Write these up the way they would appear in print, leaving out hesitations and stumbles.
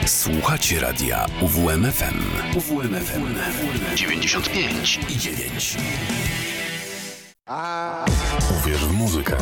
Słuchacie radia UWMFM. UWMFM 95,9. Uwierz w muzykę.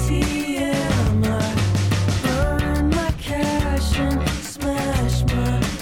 Smash my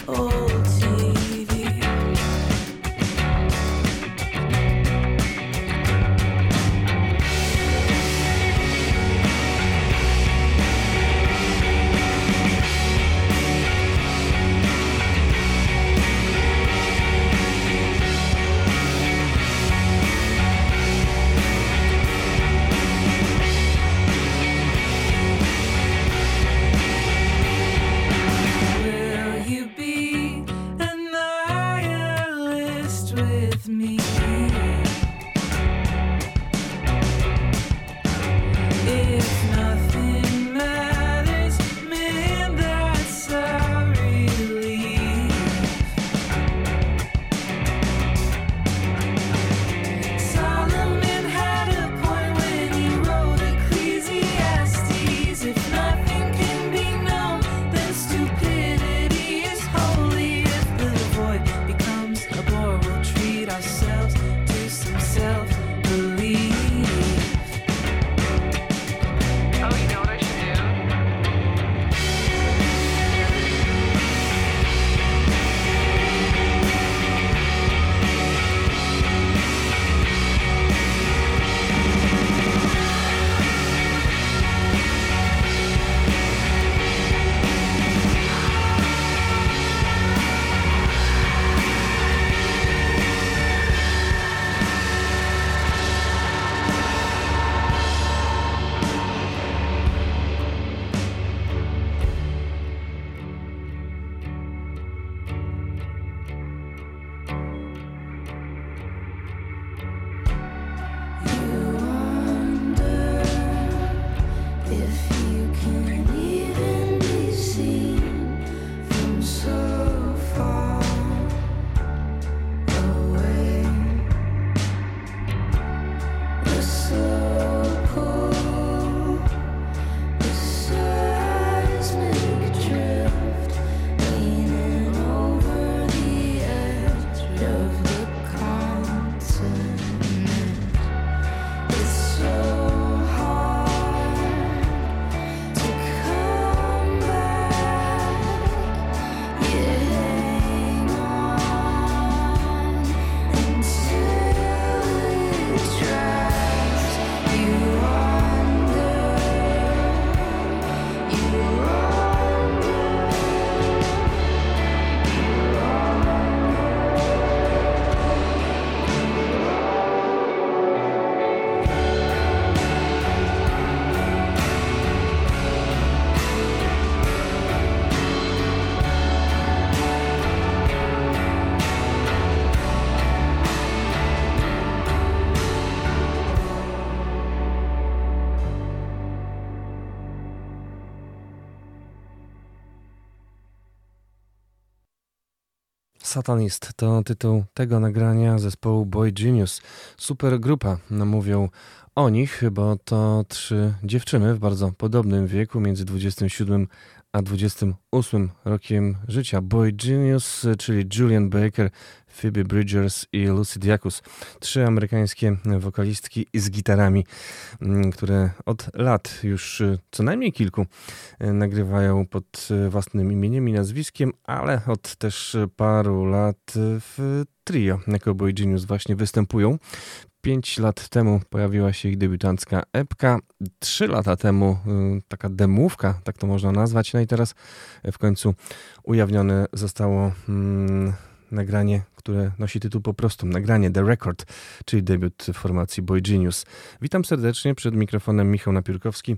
Satanist to tytuł tego nagrania zespołu Boy Genius. Super grupa, mówią o nich, bo to 3 dziewczyny w bardzo podobnym wieku, między 27 a 28 rokiem życia. Boy Genius, czyli Julian Baker, Phoebe Bridgers i Lucy Dacus. 3 amerykańskie wokalistki z gitarami, które od lat już co najmniej kilku nagrywają pod własnym imieniem i nazwiskiem, ale od też paru lat w trio jako Boy Genius właśnie występują. 5 lat temu pojawiła się ich debiutancka epka, 3 lata temu taka demówka, tak to można nazwać, no i teraz w końcu ujawnione zostało nagranie, które nosi tytuł po prostu nagranie The Record, czyli debiut formacji Boy Genius. Witam serdecznie, przed mikrofonem Michał Napiórkowski.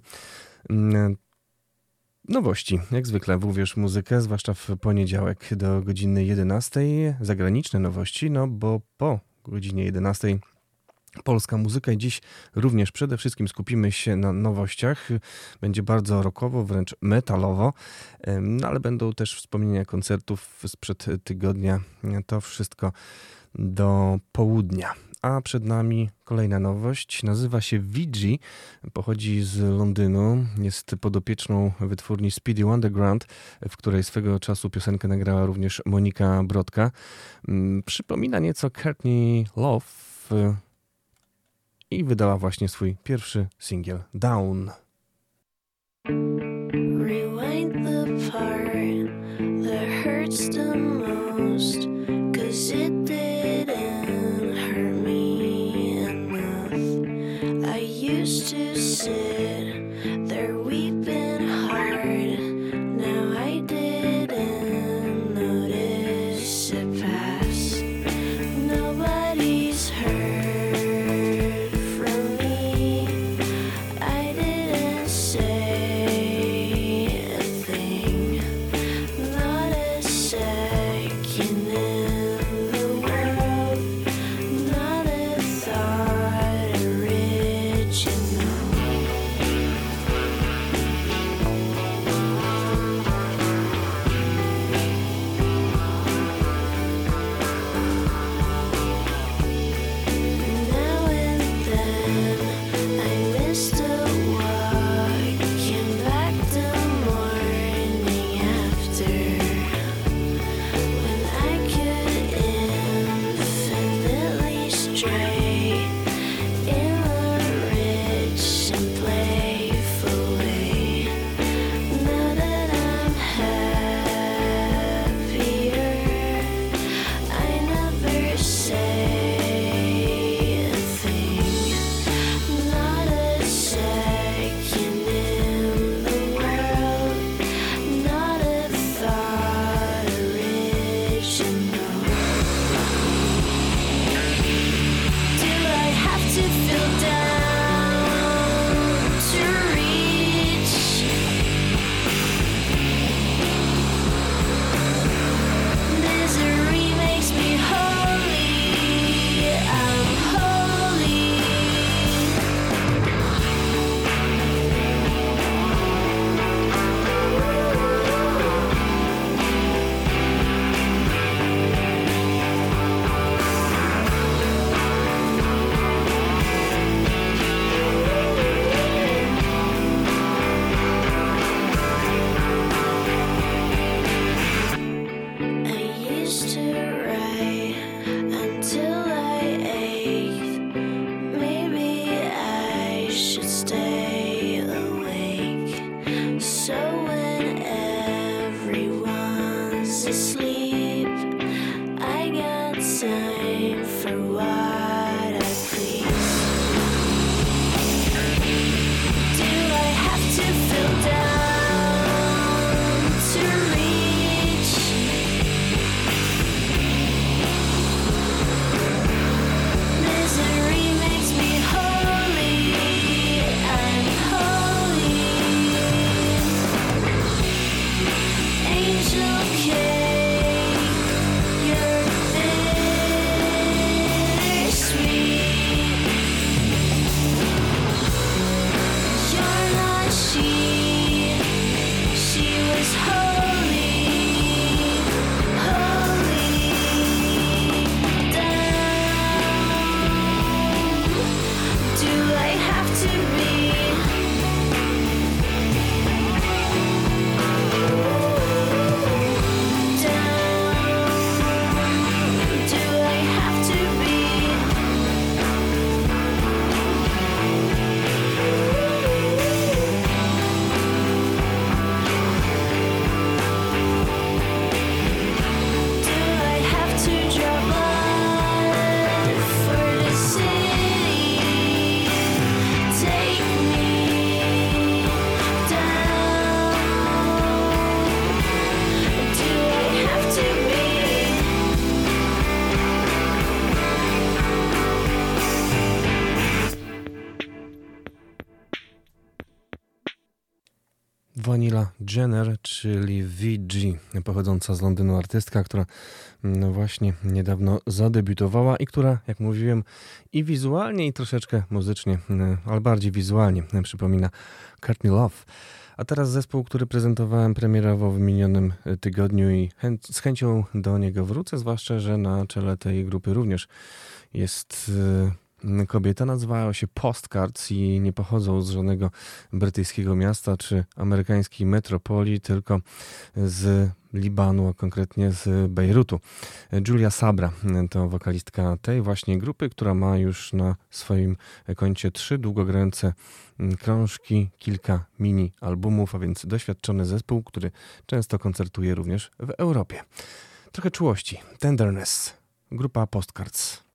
Nowości, jak zwykle w Uwierz Muzykę, zwłaszcza w poniedziałek do godziny 11. Zagraniczne nowości, no bo po godzinie 11 polska muzyka i dziś również przede wszystkim skupimy się na nowościach. Będzie bardzo rockowo, wręcz metalowo, no ale będą też wspomnienia koncertów sprzed tygodnia. To wszystko do południa. A przed nami kolejna nowość. Nazywa się Vigi. Pochodzi z Londynu. Jest podopieczną wytwórni Speedy Wonderground, w której swego czasu piosenkę nagrała również Monika Brodka. Przypomina nieco Courtney Love i wydała właśnie swój pierwszy singiel Down. Rewind the part that hurts the most, 'cause it didn't hurt me enough. I used to sit there weeping hard. Now I didn't notice it pass. Nobody's heard. Second in the world. Vanilla Jenner, czyli VG, pochodząca z Londynu artystka, która właśnie niedawno zadebiutowała i która, jak mówiłem, i wizualnie, i troszeczkę muzycznie, ale bardziej wizualnie przypomina Courtney Love. A teraz zespół, który prezentowałem premierowo w minionym tygodniu i z chęcią do niego wrócę, zwłaszcza, że na czele tej grupy również jest kobieta. Nazywają się Postcards i nie pochodzą z żadnego brytyjskiego miasta czy amerykańskiej metropolii, tylko z Libanu, a konkretnie z Bejrutu. Julia Sabra to wokalistka tej właśnie grupy, która ma już na swoim koncie 3 długogrające krążki, kilka mini-albumów, a więc doświadczony zespół, który często koncertuje również w Europie. Trochę czułości. Tenderness. Grupa Postcards.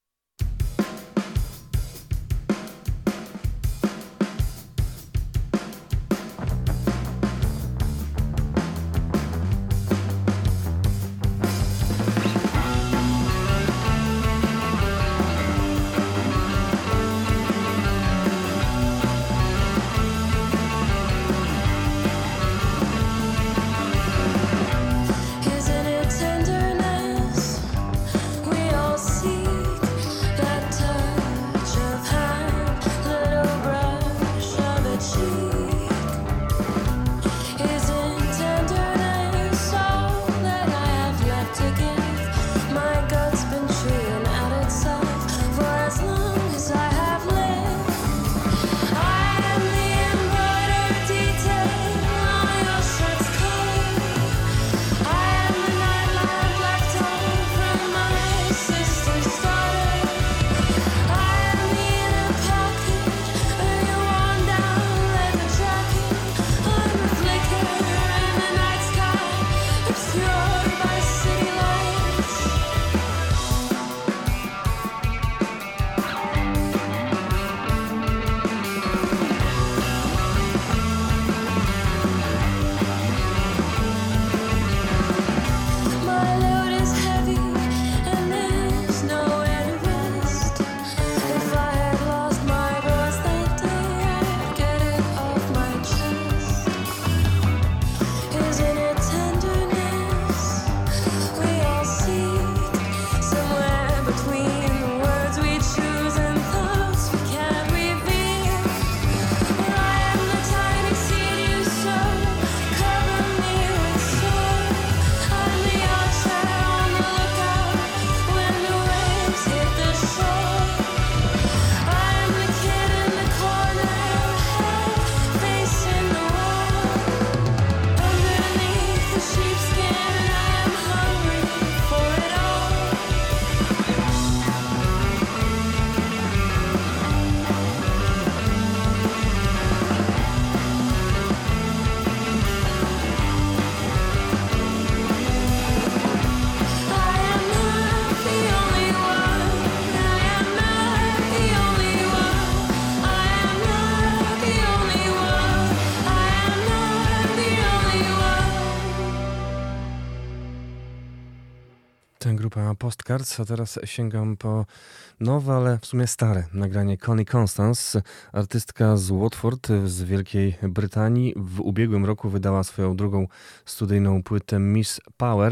Grupa Postcards, a teraz sięgam po nowe, ale w sumie stare nagranie Connie Constance, artystka z Watford z Wielkiej Brytanii. W ubiegłym roku wydała swoją drugą studyjną płytę Miss Power.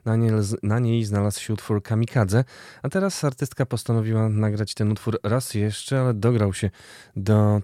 Na niej znalazł się utwór Kamikadze, a teraz artystka postanowiła nagrać ten utwór raz jeszcze, ale dograł się do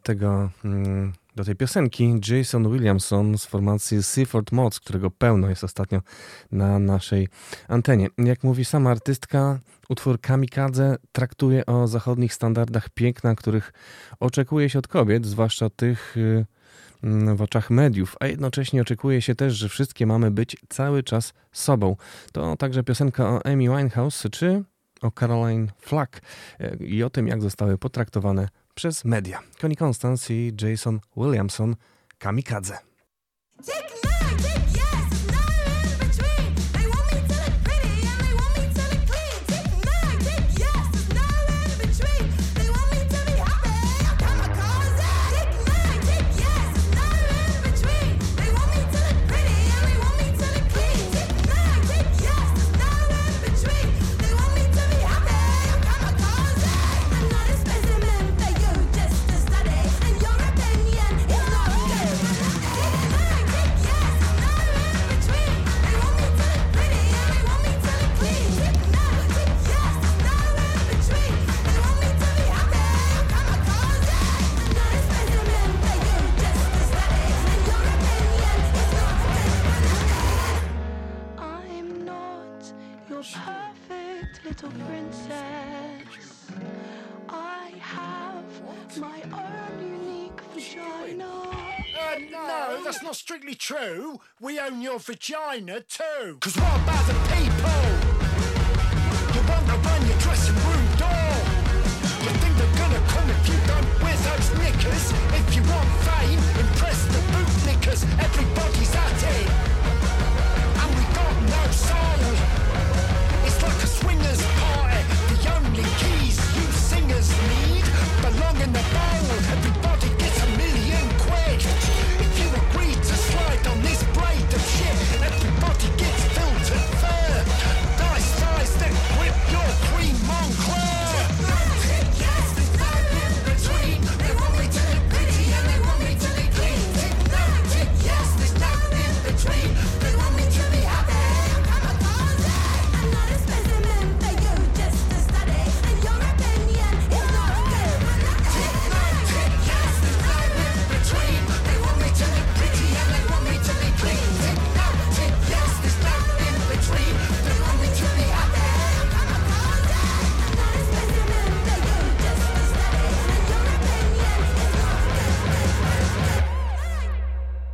tej piosenki Jason Williamson z formacji Seaford Mods, którego pełno jest ostatnio na naszej antenie. Jak mówi sama artystka, utwór Kamikadze traktuje o zachodnich standardach piękna, których oczekuje się od kobiet, zwłaszcza tych w oczach mediów, a jednocześnie oczekuje się też, że wszystkie mamy być cały czas sobą. To także piosenka o Amy Winehouse czy o Caroline Flack i o tym, jak zostały potraktowane przez media. Connie Constance i Jason Williamson, Kamikadze. Yeah. a perfect little princess. I have my own unique vagina. No, that's not strictly true. We own your vagina too. 'Cause what about the people? You want to run your dressing room door. You think they're gonna come if you don't wear those knickers? If you want fame, impress the bootlickers. Everybody's at it, and we got no soul. It's like a swingers party. The only keys you singers need belong in the bowl. Everybody gets £1 million. If you agree to slide on this blade of shit, everybody gets filtered fair. Nice size, then whip your cream Moncler. Yes, there's no in between. They want me to look pretty and they want me to be clean. Yes, there's no in between. They want me to be happy. I'm not a specimen for you just to study, and your opinion is not good. Yes, there's no in between. They want me to look pretty and they want me to be clean. Yes, there's no in between. They want me to be happy. I'm not a specimen for you just to study, and your opinion is not good.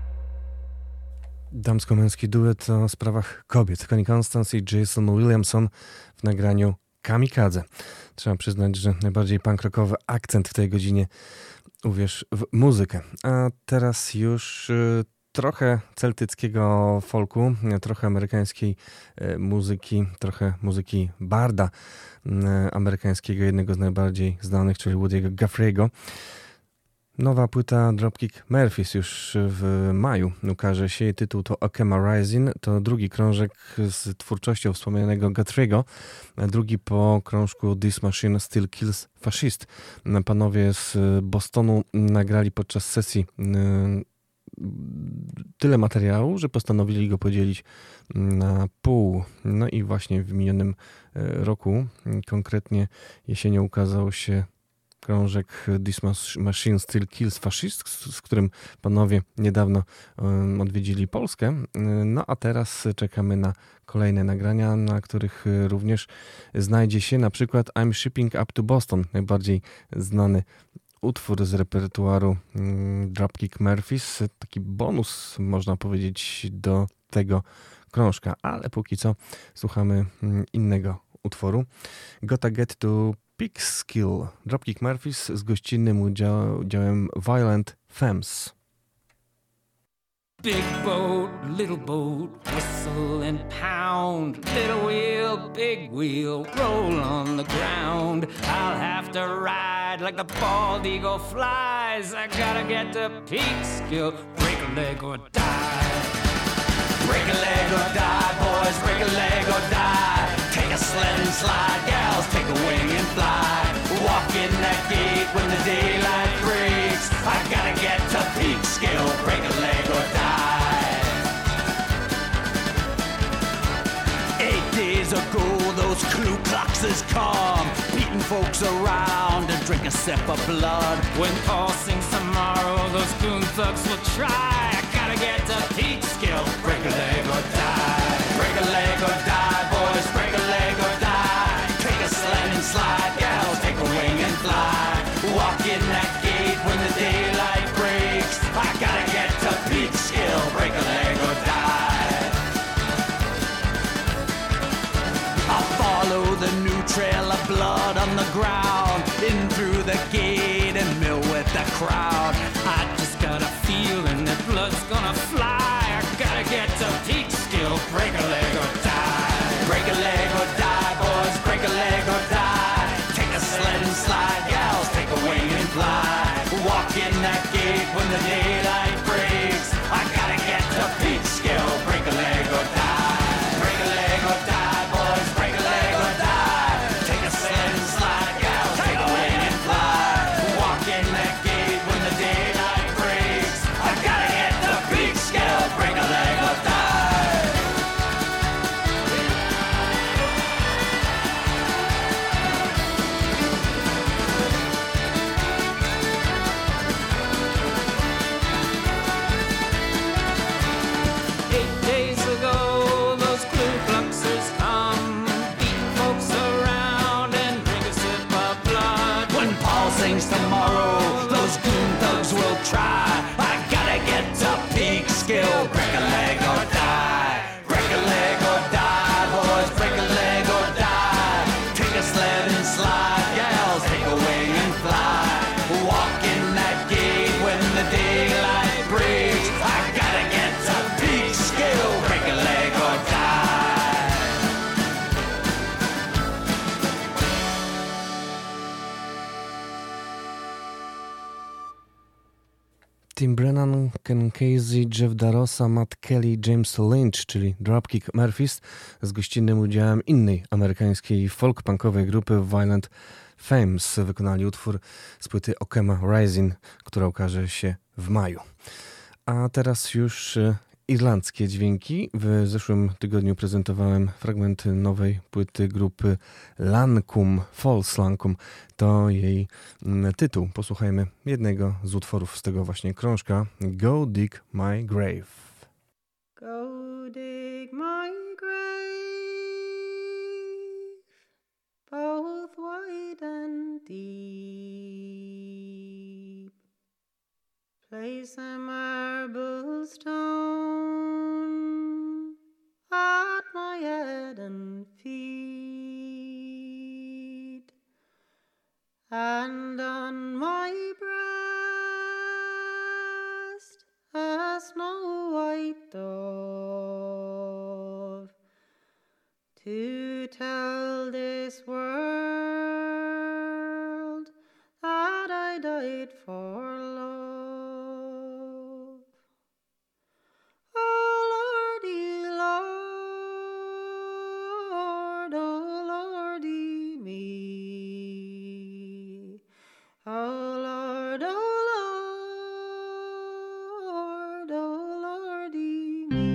Damsko-męski duet o sprawach kobiet. Connie Constance i Jason Williamson w nagraniu Kamikadze. Trzeba przyznać, że najbardziej punk-rockowy akcent w tej godzinie, uwierz, w muzykę. A teraz już trochę celtyckiego folku, trochę amerykańskiej muzyki, trochę muzyki barda amerykańskiego, jednego z najbardziej znanych, czyli Woody'ego Guthrie'ego. Nowa płyta Dropkick Murphys już w maju ukaże się. Jej tytuł to Akema Rising. To drugi krążek z twórczością wspomnianego Guthrie'ego. Drugi po krążku This Machine Still Kills Fascist. Panowie z Bostonu nagrali podczas sesji tyle materiału, że postanowili go podzielić na pół. No i właśnie w minionym roku, konkretnie jesienią, ukazał się krążek This Machine Still Kills Fascist, z którym panowie niedawno odwiedzili Polskę. No a teraz czekamy na kolejne nagrania, na których również znajdzie się na przykład I'm Shipping Up to Boston, najbardziej znany utwór z repertuaru Dropkick Murphys. Taki bonus, można powiedzieć, do tego krążka, ale póki co słuchamy innego utworu. Gotta Get to Peekskill. Dropkick Murphys z gościnnym udziałem Violent Femmes. Big boat, little boat, whistle and pound. Little wheel, big wheel, roll on the ground. I'll have to ride like the bald eagle flies. I gotta get to Peekskill, break a leg or die. Break a leg or die, boys, break a leg or die. Take a sled and slide, gals, take a wing and fly. Walk in that gate when the daylight breaks. I gotta get to Peekskill, break a leg or die. 8 days ago, those Ku Kluxes come, beating folks around and drink a sip of blood. When Paul sings tomorrow, those goon thugs will try. I gotta get to Peekskill, break a leg or die. Break a leg or die, boys, break a leg or die. Take a sled and slide, gals, take a wing and fly. Walk in that gate when the daylight breaks. I gotta get to Peekskill, break a leg or die. I'll follow the new trail of blood on the ground, in through the gate and mill with the crowd. I just got a feeling that blood's gonna fly. I gotta get to Peekskill, break a leg or die. Break a leg or die, boys, break a leg or die. Take a sled and slide, gals, take a wing and fly. Walk in that gate when the daylight breaks. I gotta get to Peekskill, break a leg or die. Break a leg or die, boys, break a leg or die. Take a sled and slide, gals, take a wing and fly. Walk in that gate when the daylight breaks. I gotta get to Peekskill, break a leg or die. Tim Brennan, Ken Casey, Jeff DaRosa, Matt Kelly, James Lynch, czyli Dropkick Murphys, z gościnnym udziałem innej amerykańskiej folk-punkowej grupy Violent Femmes wykonali utwór z płyty Okema Rising, która ukaże się w maju. A teraz już irlandzkie dźwięki. W zeszłym tygodniu prezentowałem fragment nowej płyty grupy Lankum, False Lankum. To jej tytuł. Posłuchajmy jednego z utworów z tego właśnie krążka. Go Dig My Grave. Go dig my grave, both wide and deep. Place a marble stone at my head and feet, and on my breast a snow white dove, to tell this world that I died for love. Oh Lordy, Lord, oh Lordy me, oh Lord, oh Lord, oh Lordy me.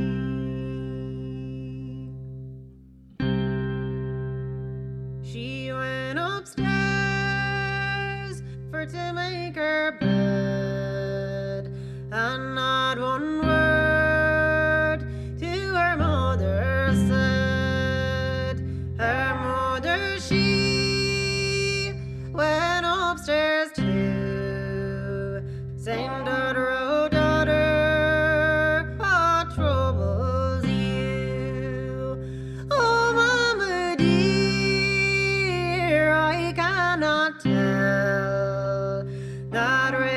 She went upstairs for to make her bed, and not one word to her mother said. Her mother, she went upstairs too, saying, daughter, oh daughter, what troubles you? Oh mama dear, I cannot tell that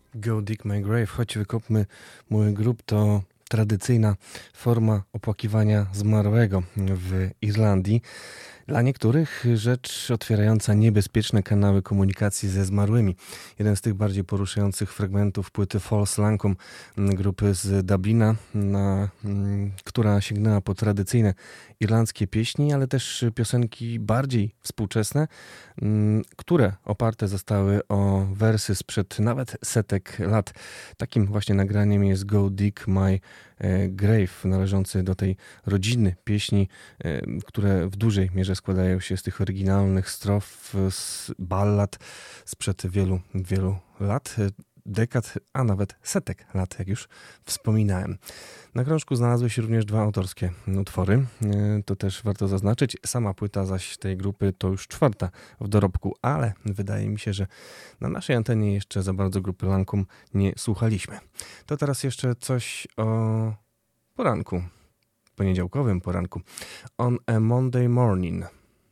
Go Dig My Grave, choć wykopmy mój grób, to tradycyjna forma opłakiwania zmarłego w Irlandii. Dla niektórych rzecz otwierająca niebezpieczne kanały komunikacji ze zmarłymi. Jeden z tych bardziej poruszających fragmentów płyty False Lankum grupy z Dublina, która sięgnęła po tradycyjne irlandzkie pieśni, ale też piosenki bardziej współczesne, które oparte zostały o wersy sprzed nawet setek lat. Takim właśnie nagraniem jest Go Dig My Grave, należący do tej rodziny pieśni, które w dużej mierze składają się z tych oryginalnych strof, z ballad sprzed wielu, wielu lat, dekad, a nawet setek lat, jak już wspominałem. Na krążku znalazły się również 2 autorskie utwory, to też warto zaznaczyć. Sama płyta zaś tej grupy to już 4. w dorobku, ale wydaje mi się, że na naszej antenie jeszcze za bardzo grupy Lankum nie słuchaliśmy. To teraz jeszcze coś o poranku, poniedziałkowym poranku. On a Monday Morning.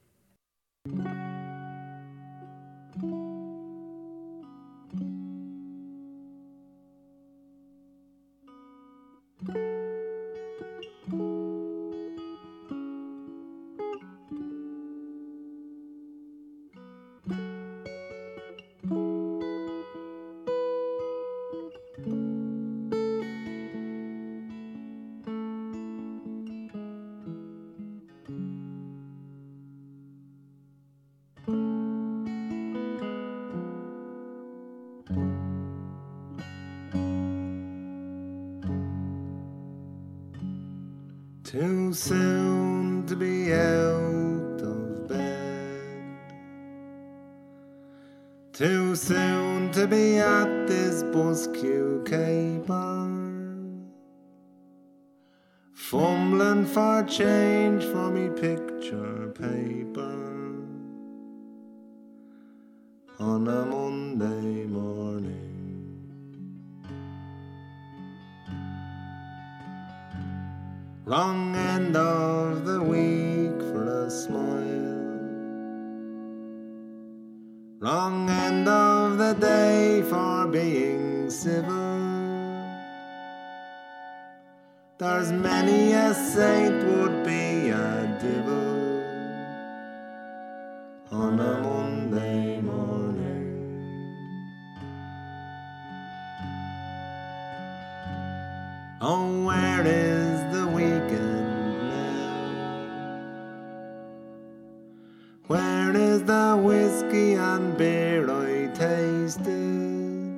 Too soon to be out of bed, too soon to be at this Buskew bar, fumbling for change for me picture paper on a Monday morning. Wrong end of the week for a smile, wrong end of the day for being civil. There's many a saint would be a devil on a Monday morning. Oh, where is the weekend now? Where is the whiskey and beer I tasted?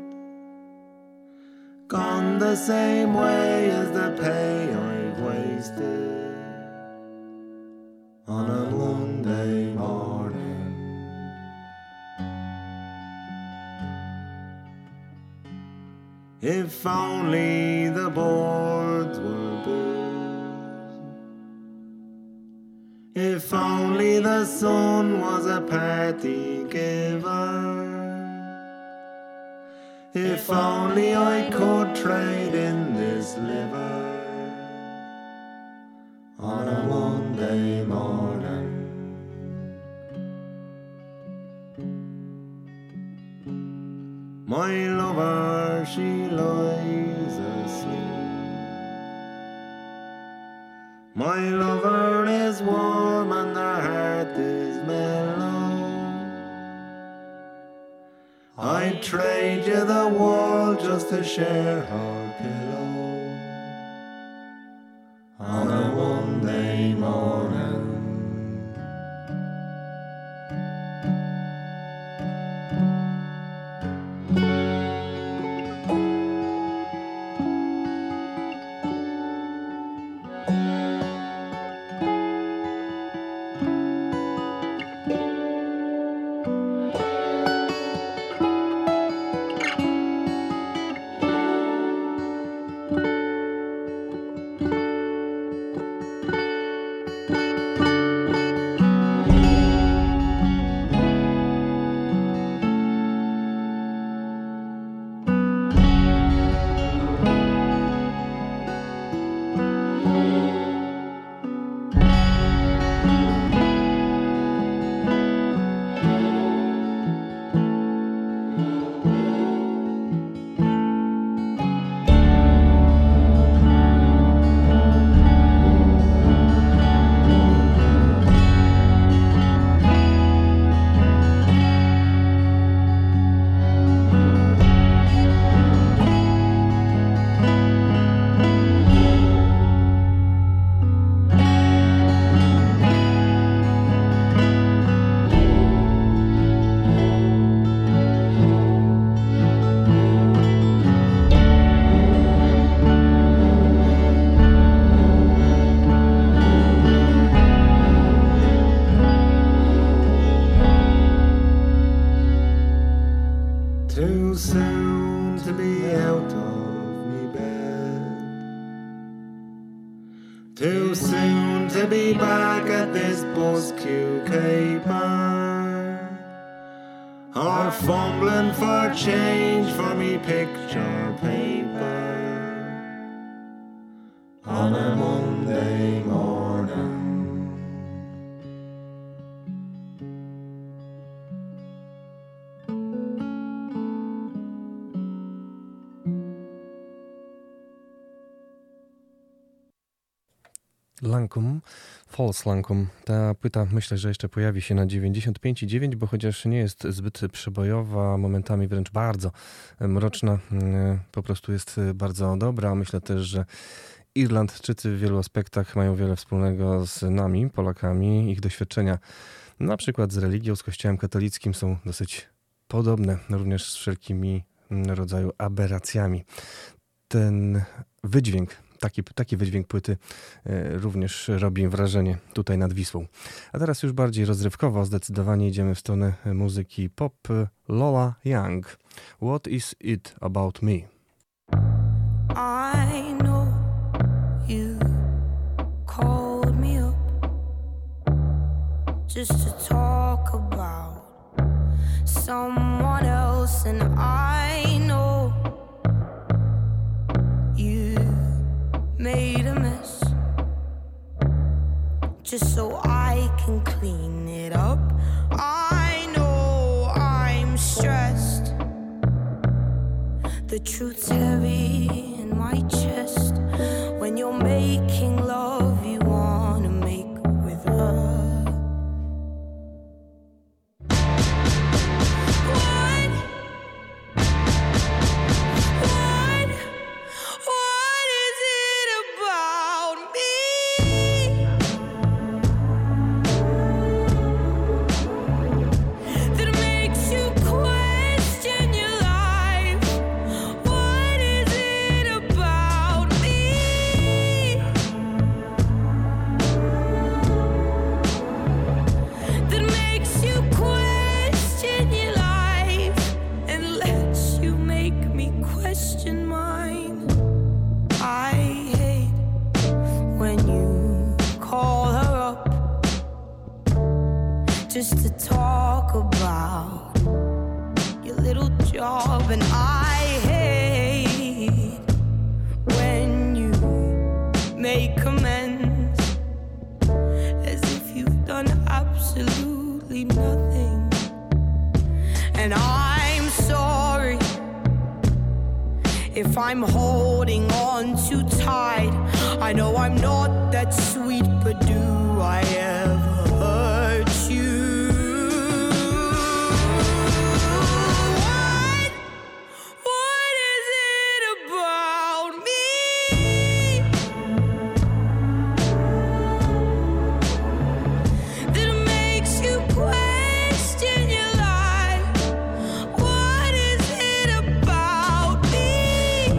Gone the same way as the pay I've wasted on a Monday morning. If only the boards were booze, if only the sun was a party giver, if only I could trade in this liver on a Monday morning. My lover, she lies asleep. My lover is warm and her heart is mellow. I'd trade you the world just to share her pillow on a Monday morning. to be out of me bed. Too soon to be back at this Buzzcue caper, or fumbling for change for me picture paper on a Monday morning. Lancome, False Lancome. Ta płyta myślę, że jeszcze pojawi się na 95,9, bo chociaż nie jest zbyt przebojowa, momentami wręcz bardzo mroczna, po prostu jest bardzo dobra. Myślę też, że Irlandczycy w wielu aspektach mają wiele wspólnego z nami, Polakami. Ich doświadczenia na przykład z religią, z kościołem katolickim są dosyć podobne, również z wszelkimi rodzaju aberracjami. Ten wydźwięk, taki wydźwięk płyty również robi wrażenie tutaj nad Wisłą. A teraz już bardziej rozrywkowo, zdecydowanie idziemy w stronę muzyki pop. Lola Young. What is it about me? I know you called me up just to talk about someone else, and I know you made a mess just so I can clean it up. I know I'm stressed, the truth's heavy in my chest. When you're making love, you wanna make with her. What is it about me that makes you question your life? What is it about me that makes you question your life and lets you make me question mine? I hate when you call her up just to talk about your little job, and I hate when you make amends as if you've done absolutely nothing. And I'm sorry if I'm holding on too tight. I know I'm not that sweet, but do I ever hurt you? What is it about me that makes you question your life? What is it about me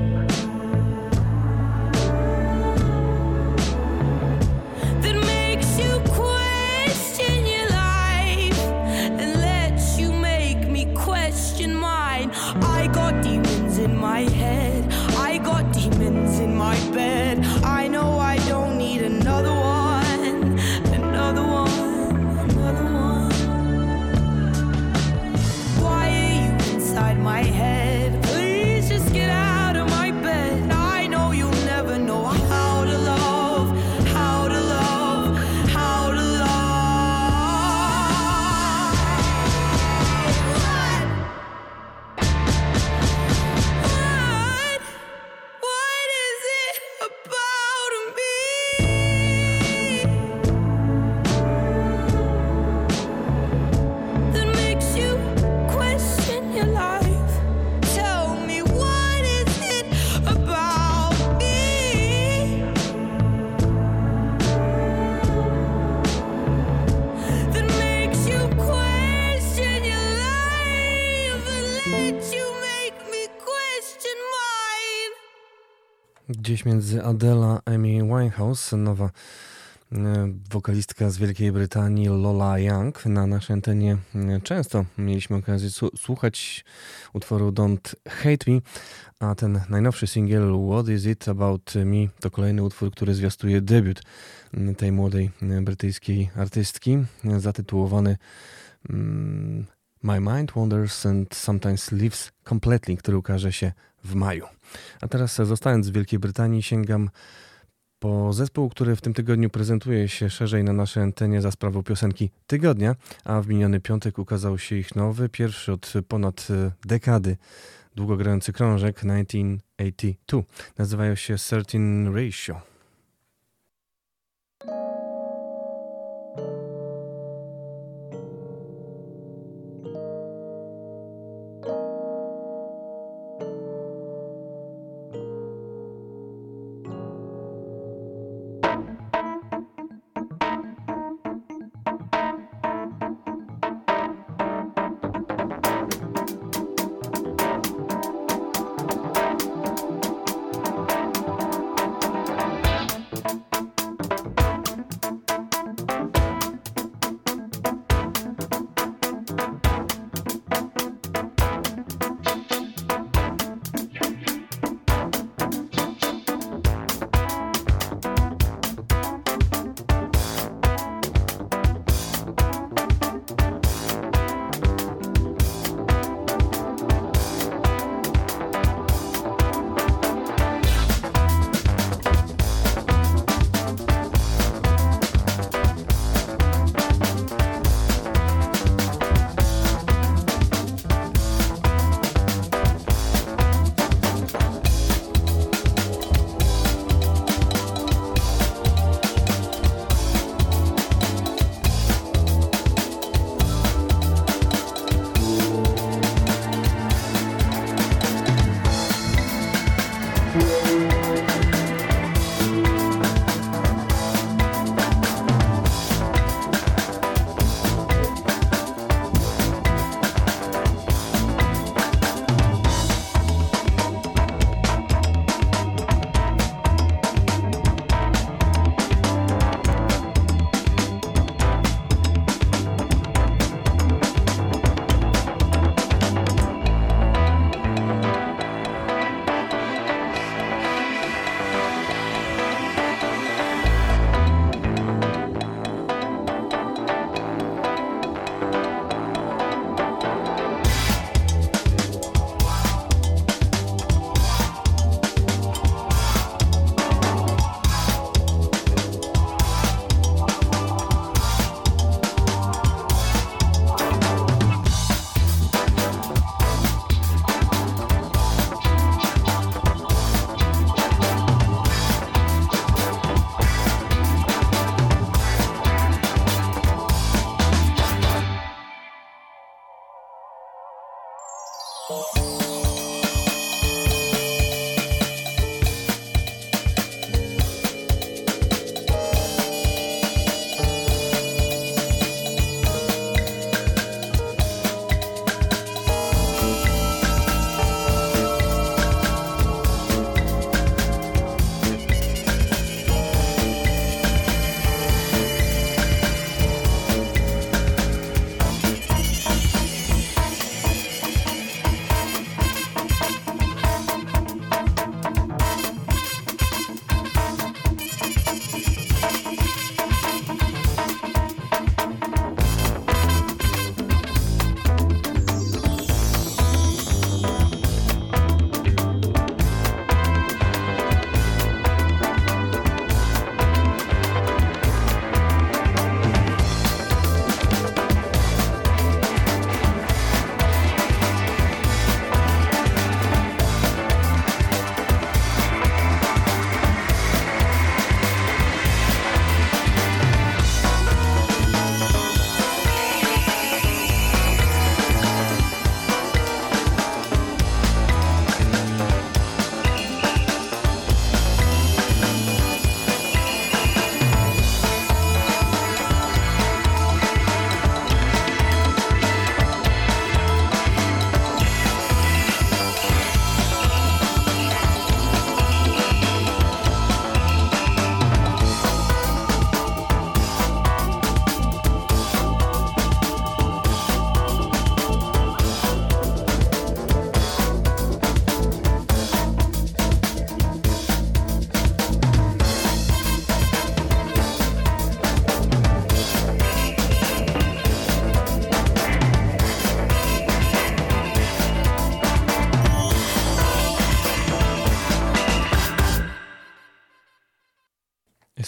that makes you question your life and lets you make me question mine? I got demons in my head, I got demons in my bed. I know I don't need another one, another one, another one. Why are you inside my head? Please just get out of my bed. I know you'll never know how to love, how to love, how to love. What is it about me that makes you question your life? Tell me, what is it about me that makes you question your life and let you make me question mine? Gdzieś między Adele a Amy Winehouse, nowa wokalistka z Wielkiej Brytanii Lola Young. Na naszej antenie często mieliśmy okazję słuchać utworu Don't Hate Me, a ten najnowszy singiel What Is It About Me to kolejny utwór, który zwiastuje debiut tej młodej brytyjskiej artystki, zatytułowany My Mind Wanders and Sometimes Leaves Completely, który ukaże się w maju. A teraz, zostając w Wielkiej Brytanii, sięgam po zespół, który w tym tygodniu prezentuje się szerzej na naszej antenie za sprawą piosenki tygodnia, a w miniony piątek ukazał się ich nowy, pierwszy od ponad dekady długogrający krążek 1982. Nazywają się Certain Ratio.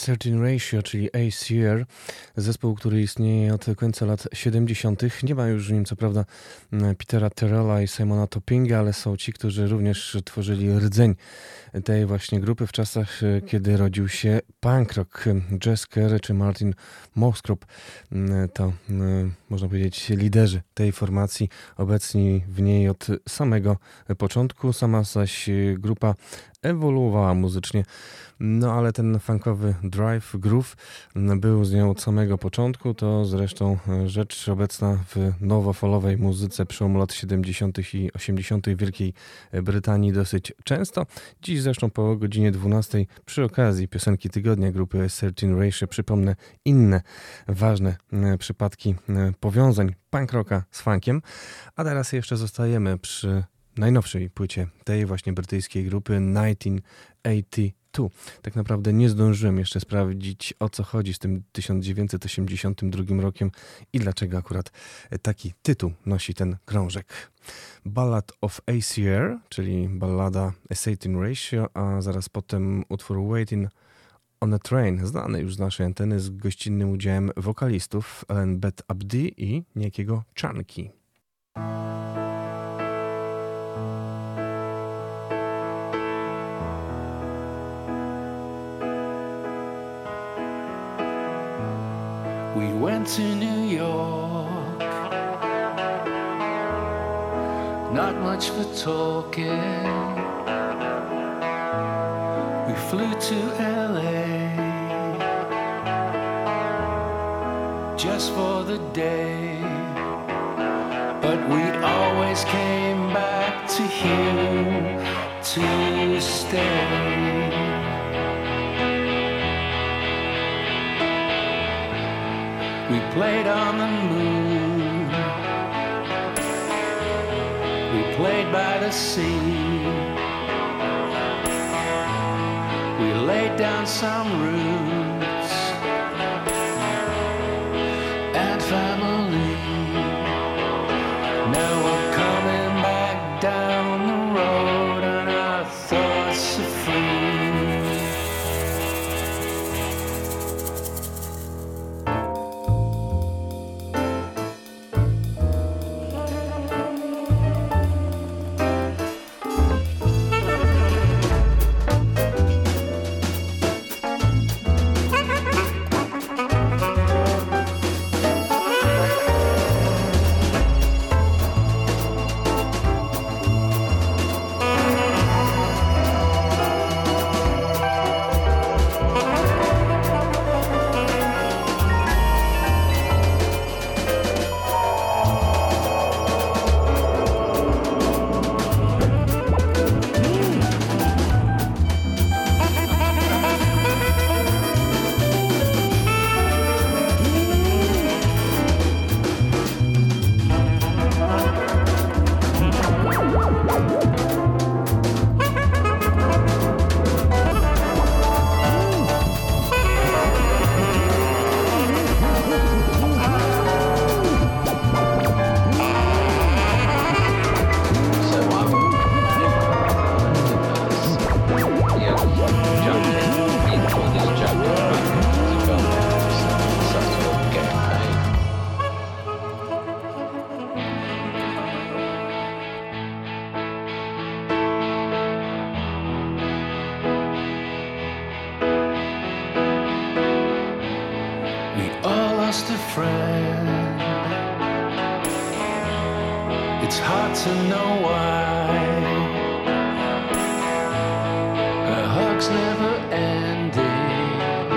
Certain Ratio, czyli ACR, zespół, który istnieje od końca lat 70. Nie ma już w nim co prawda Petera Terrella i Simona Toppinga, ale są ci, którzy również tworzyli rdzeń tej właśnie grupy w czasach, kiedy rodził się punk rock. Jess Kerr czy Martin Moskrup to, można powiedzieć, liderzy tej formacji, obecni w niej od samego początku. Sama zaś grupa ewoluowała muzycznie, no ale ten funkowy drive, groove był z nią od samego początku. To zresztą rzecz obecna w nowofalowej muzyce przełomu lat 70. i 80. w Wielkiej Brytanii dosyć często. Dziś zresztą po godzinie 12 przy okazji piosenki tygodnia grupy Certain Ratio przypomnę inne ważne przypadki powiązań punk rocka z funkiem, a teraz jeszcze zostajemy przy najnowszej płycie tej właśnie brytyjskiej grupy 1982. Tak naprawdę nie zdążyłem jeszcze sprawdzić, o co chodzi z tym 1982 rokiem i dlaczego akurat taki tytuł nosi ten krążek. Ballad of ACR, czyli ballada A Certain Ratio, a zaraz potem utwór Waiting on a Train, znany już z naszej anteny, z gościnnym udziałem wokalistów Ellen Beth Abdi i niejakiego Chunky. We went to New York, not much for talking. We flew to LA just for the day, but we always came back to here to stay. We played on the moon, we played by the sea, we laid down some roots and family. Now we're coming back down the road and our thoughts are free. It's hard to know why her hugs never ended,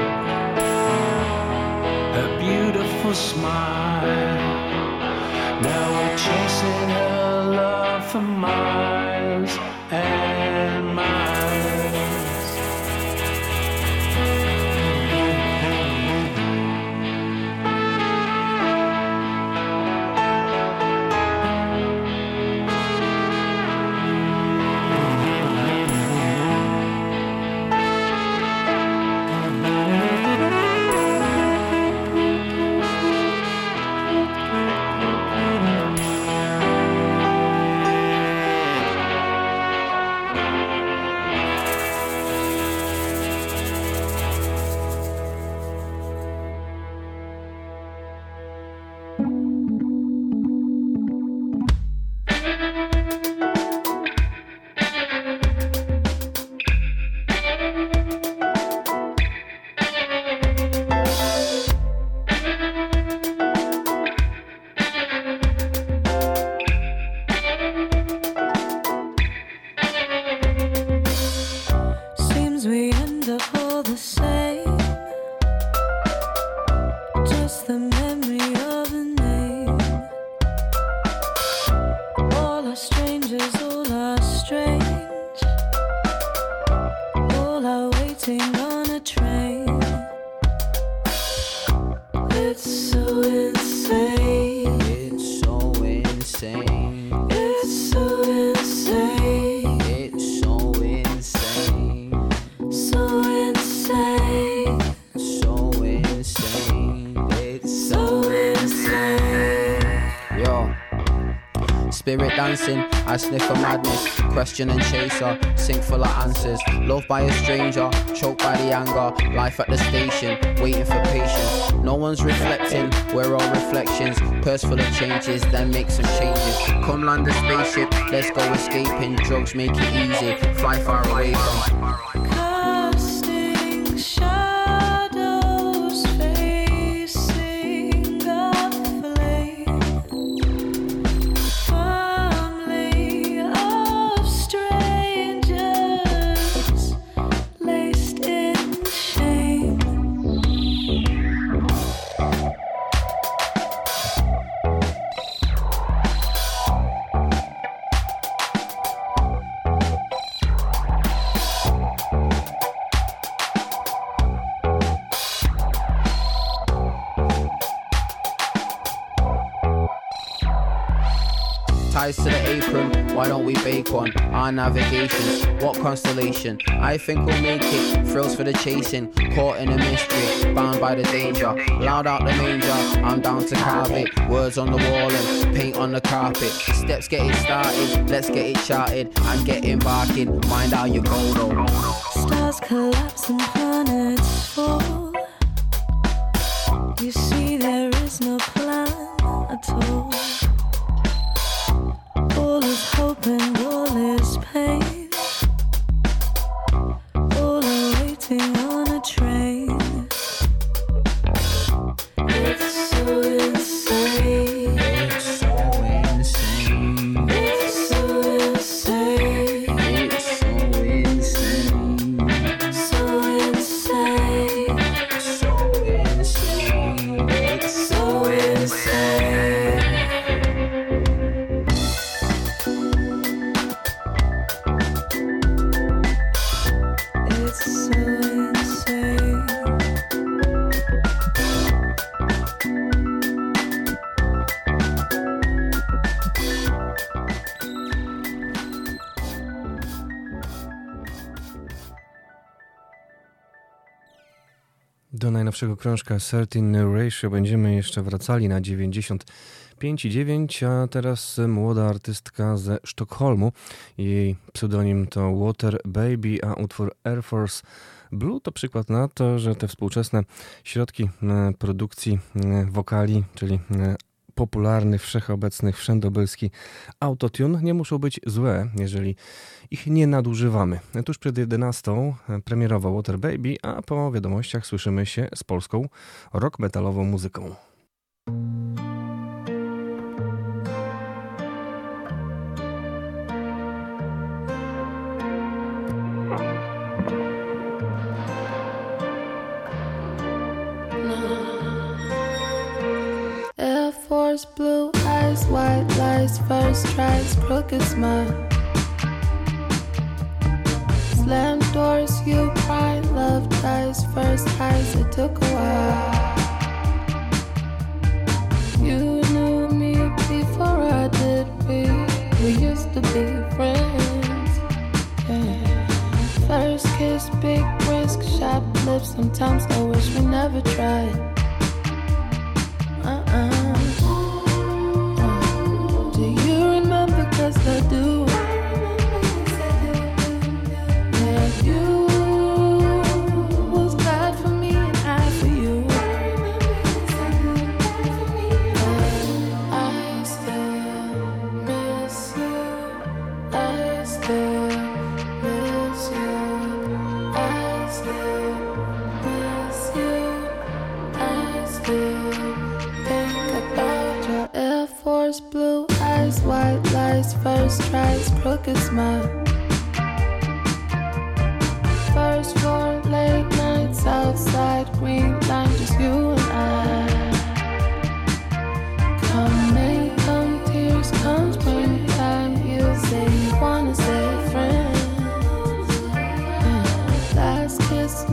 her beautiful smile. Now we're chasing her love for miles and miles. waiting on a train. It's so insane. It's so insane. It's so insane. It's so insane. So insane. So insane. It's so insane. Yo. Spirit dancing, I sniff a madness. Question and chaser, sink full of answers. Loved by a stranger, choked by the anger. Life at the station, waiting for patience. No one's reflecting, we're all reflections. Purse full of changes, then make some changes. Come land a spaceship, let's go escaping. Drugs make it easy, fly far away from. Casting shadows, facing a flame. Family of strangers, laced in shame. Ties to the apron, why don't we bake one? Our navigations, what constellation? I think we'll make it, thrills for the chasing. Caught in a mystery, bound by the danger. Loud out the manger, I'm down to carve it. Words on the wall and paint on the carpet. Steps get it started, let's get it charted. And get embarking, mind how you go though. Stars collapse and planets fall. You see there is no plan at all. All is hope and all is pain. All are waiting on a train. It's so insane. It's so insane. It's so insane. It's so insane. So insane. So insane. It's so insane. It's so insane. Do najnowszego krążka Certain Ratio będziemy jeszcze wracali na 95,9, a teraz młoda artystka ze Sztokholmu. Jej pseudonim to Water Baby, a utwór Air Force Blue to przykład na to, że te współczesne środki produkcji wokali, czyli popularny, wszechobecny, wszędobylski autotune nie muszą być złe, jeżeli ich nie nadużywamy. Tuż przed 11 premierowo Water Baby, a po wiadomościach słyszymy się z polską rock-metalową muzyką. Air Force blue eyes, white lies, first tries, crooked smile. Slam doors, you cry, love dies, first highs, it took a while. You knew me before I did, we used to be friends. Yeah. First kiss, big risk, sharp lips, sometimes I wish we never tried. Do you remember? 'Cause I do. Yeah, you was God for me and I for you. I still miss you. I still miss you. I still miss you. I still think about your Air Force blue eyes, white lies, first tries, crooked smile. First floor, late nights outside, green line, just you and I. Come May, come tears, come springtime, you say you wanna stay friends. Last kiss,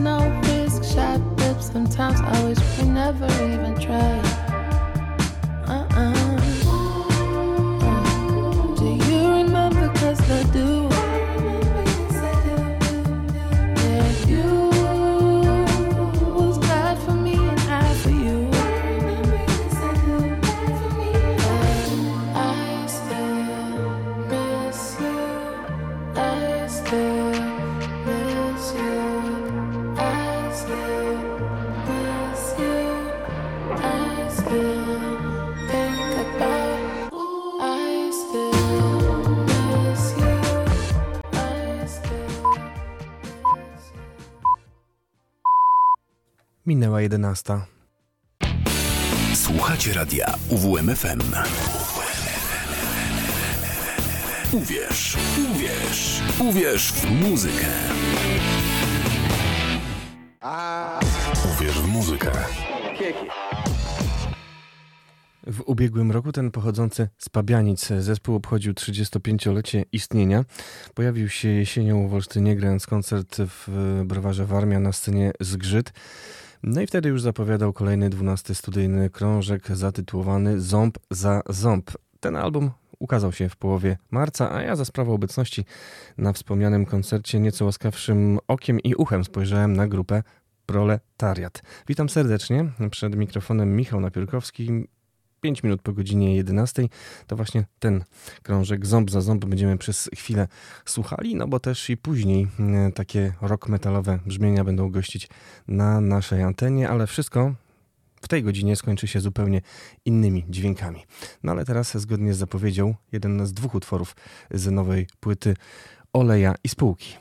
Minęła 11. Słuchacie radia UWMFM. Uwierz, uwierz, uwierz w muzykę. Uwierz w muzykę. W ubiegłym roku ten pochodzący z Pabianic zespół obchodził 35-lecie istnienia. Pojawił się jesienią w Olsztynie, grając koncert w browarze Warmia na scenie Zgrzyt. No i wtedy już zapowiadał kolejny 12 studyjny krążek zatytułowany Ząb za ząb. Ten album ukazał się w połowie marca, a ja za sprawą obecności na wspomnianym koncercie nieco łaskawszym okiem i uchem spojrzałem na grupę Proletariat. Witam serdecznie. Przed mikrofonem Michał Napiórkowski. 5 minut po godzinie 11 to właśnie ten krążek Ząb za ząb będziemy przez chwilę słuchali, no bo też i później takie rock metalowe brzmienia będą gościć na naszej antenie, ale wszystko w tej godzinie skończy się zupełnie innymi dźwiękami. No ale teraz zgodnie z zapowiedzią jeden z 2 utworów z nowej płyty Oleja i Spółki.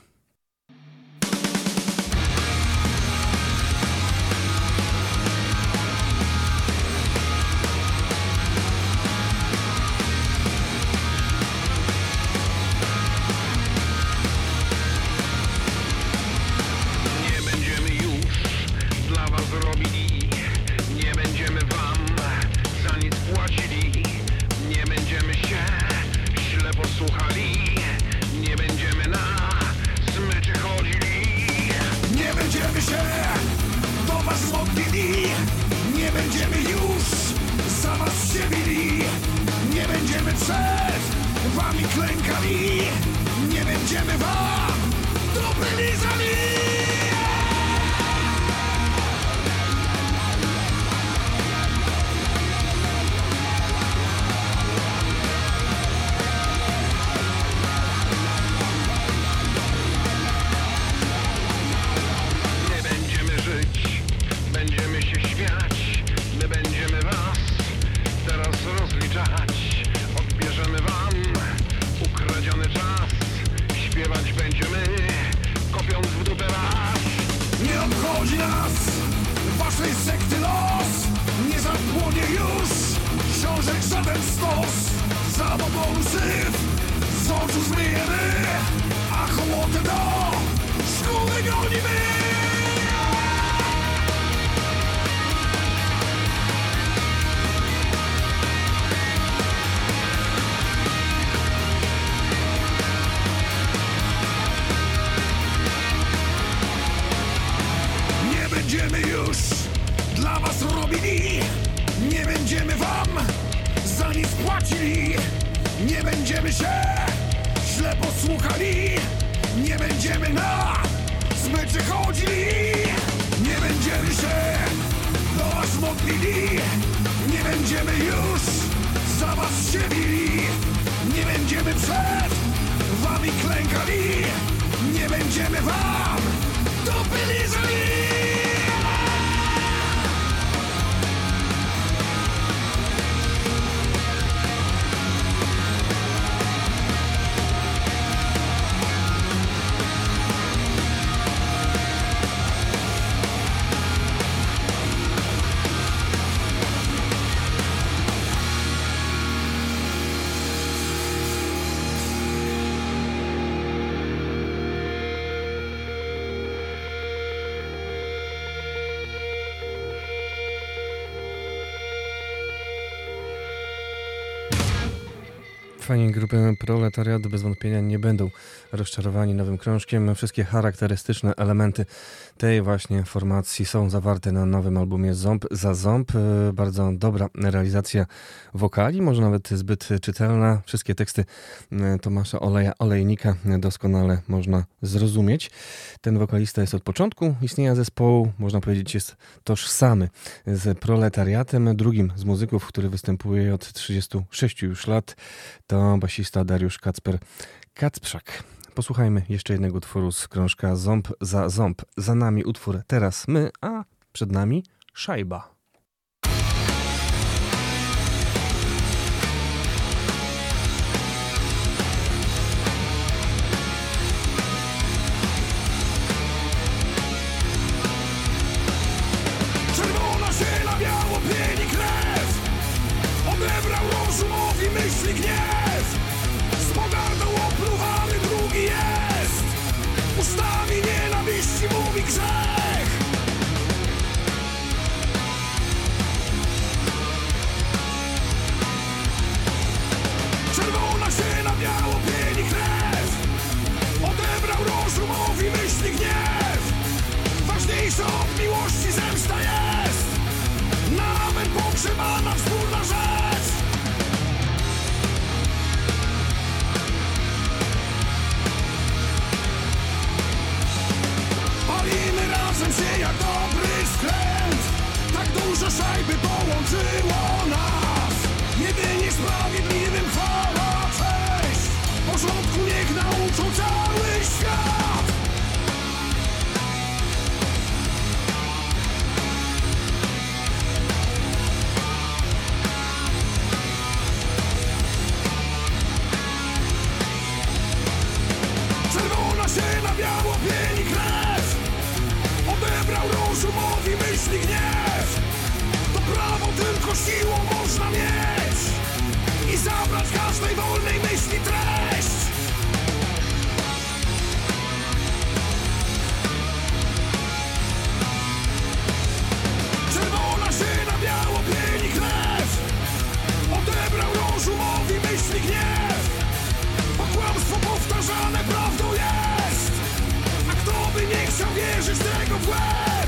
Fani grupy Proletariat bez wątpienia nie będą rozczarowani nowym krążkiem. Wszystkie charakterystyczne elementy tej właśnie formacji są zawarte na nowym albumie Ząb za ząb. Bardzo dobra realizacja wokali, może nawet zbyt czytelna. Wszystkie teksty Tomasza Olejnika doskonale można zrozumieć. Ten wokalista jest od początku istnienia zespołu, można powiedzieć, jest tożsamy z Proletariatem. Drugim z muzyków, który występuje od 36 już lat, to basista Dariusz Kacprzak. Posłuchajmy jeszcze jednego utworu z krążka Ząb za ząb. Za nami utwór Teraz my, a przed nami Szajba. jak dobry skręt. Tak dużo szajby połączyło nas. Jedynie sprawiedliwym chwała, cześć. Porządku niech nauczą cały świat. Czerwona się na biało pieni krew. Odebrał rozumowi myśli gniew. To prawo tylko siłą można mieć i zabrać każdej wolnej myśli treść. Czerwona się na biało pieni krew. Odebrał rozumowi myśli gniew. Bo kłamstwo powtarzane prawdą jest. A kto by nie chciał wierzyć tego w łeb?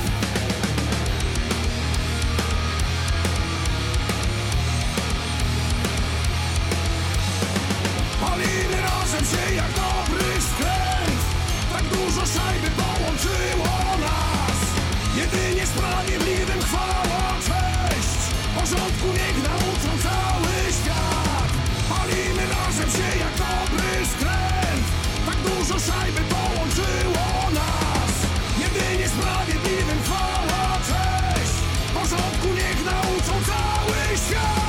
Palimy razem się jak dobry skręt. Tak dużo szajby połączyło nas. Jedynie sprawiedliwym chwała, cześć. Porządku niech nauczą cały świat. Palimy razem się jak dobry skręt. Tak dużo szajby połączyło nas. Jedynie sprawiedliwym chwała, cześć. Porządku niech nauczą cały świat.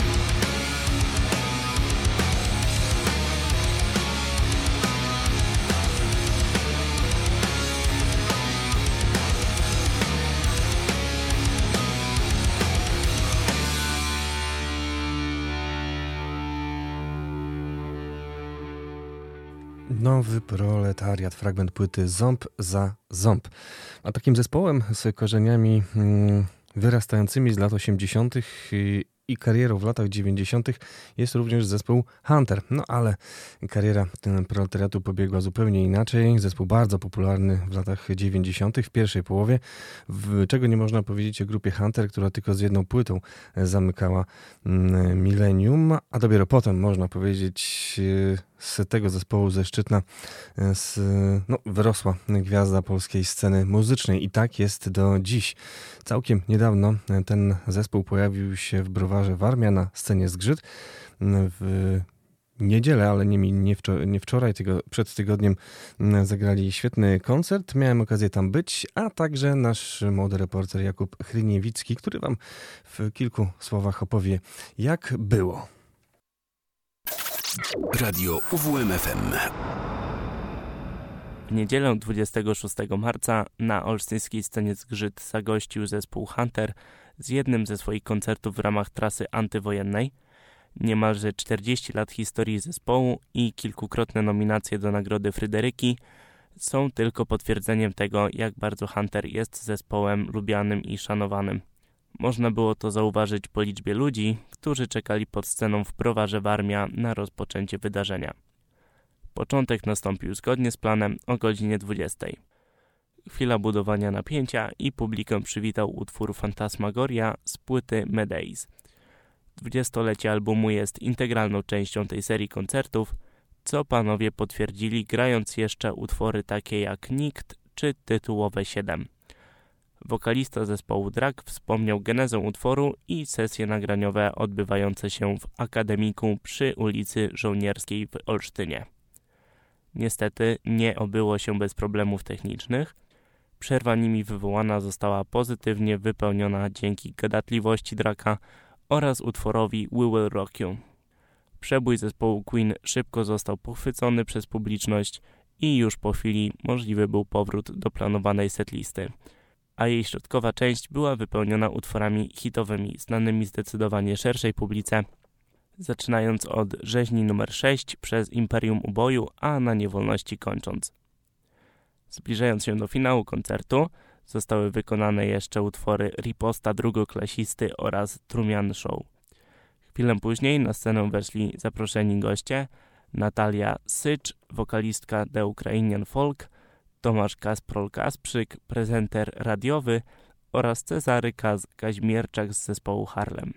Nowy proletariat, fragment płyty Ząb za ząb. A takim zespołem z korzeniami wyrastającymi z lat 80. i karierą w latach 90. jest również zespół Hunter. No ale kariera proletariatu pobiegła zupełnie inaczej. Zespół bardzo popularny w latach 90. w pierwszej połowie, czego nie można powiedzieć o grupie Hunter, która tylko z jedną płytą zamykała milenium, a dopiero potem można powiedzieć z tego zespołu ze Szczytna wyrosła gwiazda polskiej sceny muzycznej i tak jest do dziś. Całkiem niedawno ten zespół pojawił się w Browarze Warmia na scenie Zgrzyt. W niedzielę, ale nie wczoraj, tylko przed tygodniem zagrali świetny koncert. Miałem okazję tam być, a także nasz młody reporter Jakub Hryniewicki, który wam w kilku słowach opowie, jak było. Radio UWMFM. W niedzielę 26 marca na olsztyńskiej scenie Zgrzyt zagościł zespół Hunter z jednym ze swoich koncertów w ramach trasy antywojennej. Niemalże 40 lat historii zespołu i kilkukrotne nominacje do Nagrody Fryderyki są tylko potwierdzeniem tego, jak bardzo Hunter jest zespołem lubianym i szanowanym. Można było to zauważyć po liczbie ludzi, którzy czekali pod sceną w Browarze Warmia na rozpoczęcie wydarzenia. Początek nastąpił zgodnie z planem o godzinie 20. Chwila budowania napięcia i publikę przywitał utwór Fantasmagoria z płyty Medays. 20-lecie albumu jest integralną częścią tej serii koncertów, co panowie potwierdzili grając jeszcze utwory takie jak Nikt czy tytułowe 7. Wokalista zespołu Drag wspomniał genezę utworu i sesje nagraniowe odbywające się w Akademiku przy ulicy Żołnierskiej w Olsztynie. Niestety nie obyło się bez problemów technicznych. Przerwa nimi wywołana została pozytywnie wypełniona dzięki gadatliwości Draka oraz utworowi We Will Rock You. Przebój zespołu Queen szybko został pochwycony przez publiczność i już po chwili możliwy był powrót do planowanej setlisty, a jej środkowa część była wypełniona utworami hitowymi, znanymi zdecydowanie szerszej publice, zaczynając od Rzeźni nr 6 przez Imperium Uboju, a na niewolności kończąc. Zbliżając się do finału koncertu, zostały wykonane jeszcze utwory Riposta Drugoklasisty oraz Trumian Show. Chwilę później na scenę weszli zaproszeni goście Natalia Sycz, wokalistka The Ukrainian Folk, Tomasz Kasprol-Kasprzyk, prezenter radiowy oraz Cezary Kaźmierczak z zespołu Harlem.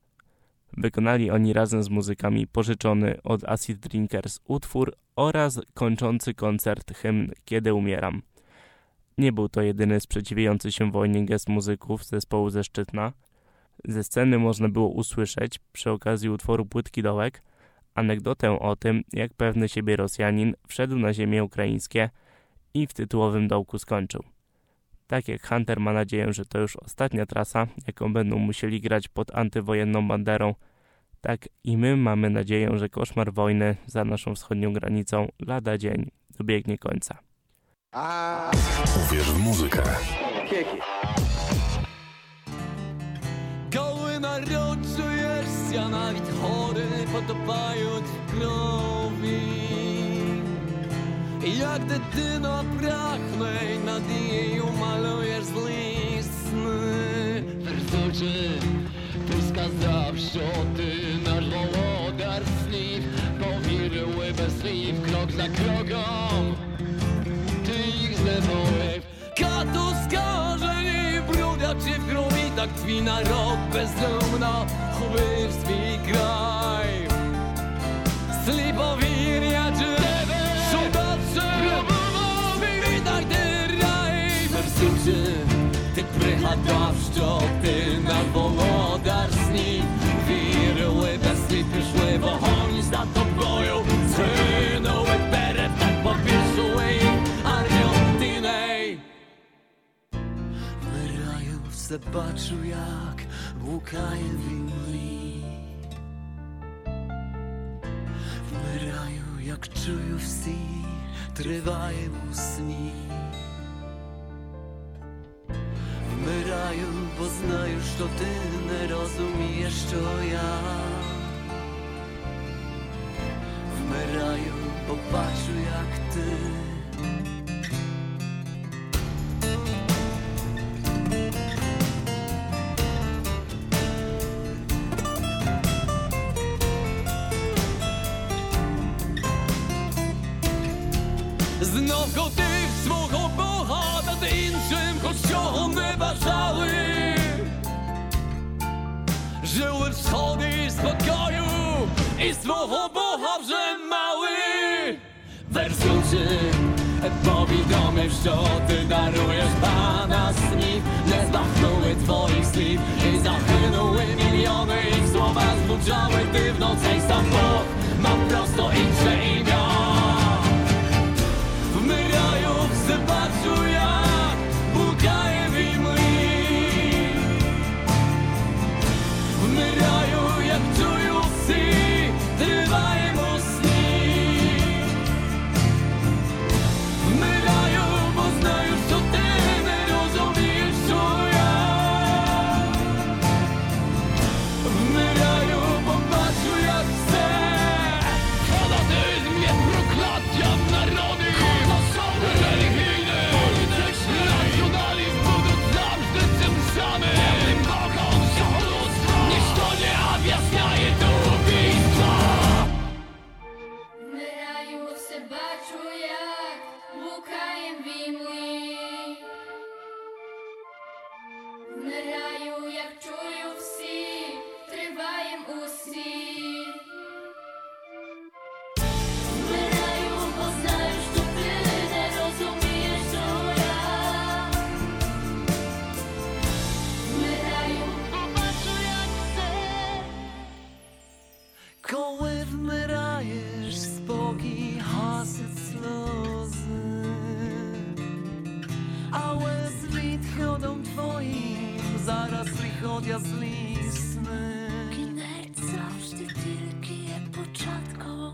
Wykonali oni razem z muzykami pożyczony od Acid Drinkers utwór oraz kończący koncert hymn Kiedy umieram. Nie był to jedyny sprzeciwiający się wojnie gest muzyków zespołu ze Szczytna. Ze sceny można było usłyszeć, przy okazji utworu Płytki Dołek, anegdotę o tym, jak pewny siebie Rosjanin wszedł na ziemię ukraińskie i w tytułowym dołku skończył. Tak jak Hunter ma nadzieję, że to już ostatnia trasa, jaką będą musieli grać pod antywojenną banderą, tak i my mamy nadzieję, że koszmar wojny za naszą wschodnią granicą lada dzień dobiegnie końca. Uwierz w muzykę. Коли народжуєшся, навіть гори потопають в крові. Як дитина прагне, й надією малюєш злі сни. Верзучи, ти сказав, що ти наш володар снів. Повірили без слів, крок за кроком. Ty ich zlewołeś. Katu skażeni, brudaci w krwi, tak twój naród bezumno chwyć swój kraj. Slipovírja, czy soldaci, witaj ty raj. Версучи, ти пригадав, що ти наш володар снів. Вірили без слів, пішли вогонь за тобою. Згинули перед, так побільшили їх Аргентиней. Вмираю, все бачу, як блукає війни. Вмираю, як чую всі, триває у сні. Вмираю, бо знаю, що ти не розумієш, що я. Вмираю, бо бачу, як ти. Знов котив свого Бога над іншим, хоч чого не бажали. Жили в сході спокою і свого Бога вже мали. Верзучи, повідомив, що ти даруєш Пана снів. Не збахнули твоїх слів і загинули мільйони. Їх слова звучали дивно, цей сам Бог мав просто інше ім'я. Вмираю, все бачу, як блукає війни. Вмираю, як чую всі, триваємо сні. Вмираю, бо знаю, що ти не розумієш, що я. Вмираю, бо бачу, як все. Фанатизм є прокляттям народи. Religijny, polityczny, nacjonalizm будуть завжди цим самим темним боком всього людства. Ніщо не об'ясняє до убійства. Вмираю, все бачу, як блукаєм війни. Вмираю, як чую всі, триваєм усі. Вмираю, бо знаю, що ти не розумієш, що я. Вмираю, бо бачу, як все. Коли вмираєш, спокій гасить сльози. Але з відходом твоїм зараз приходять злі сни. Кінець завжди тільки є початком.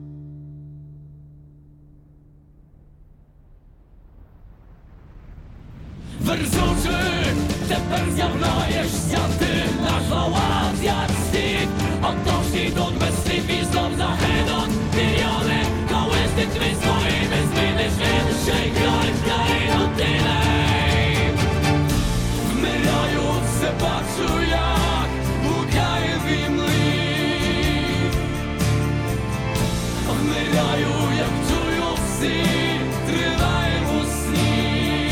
Верзучи, тепер з'являєшся ти, наш палац як стік. Отож ідуть без слів і знов загинуть мільйони. Колись ти твій своїми зміниш інший край в країну тіней. Вмираю, все бачу, як блукає війни. Вмираю, як чую всі, триваєм у сні.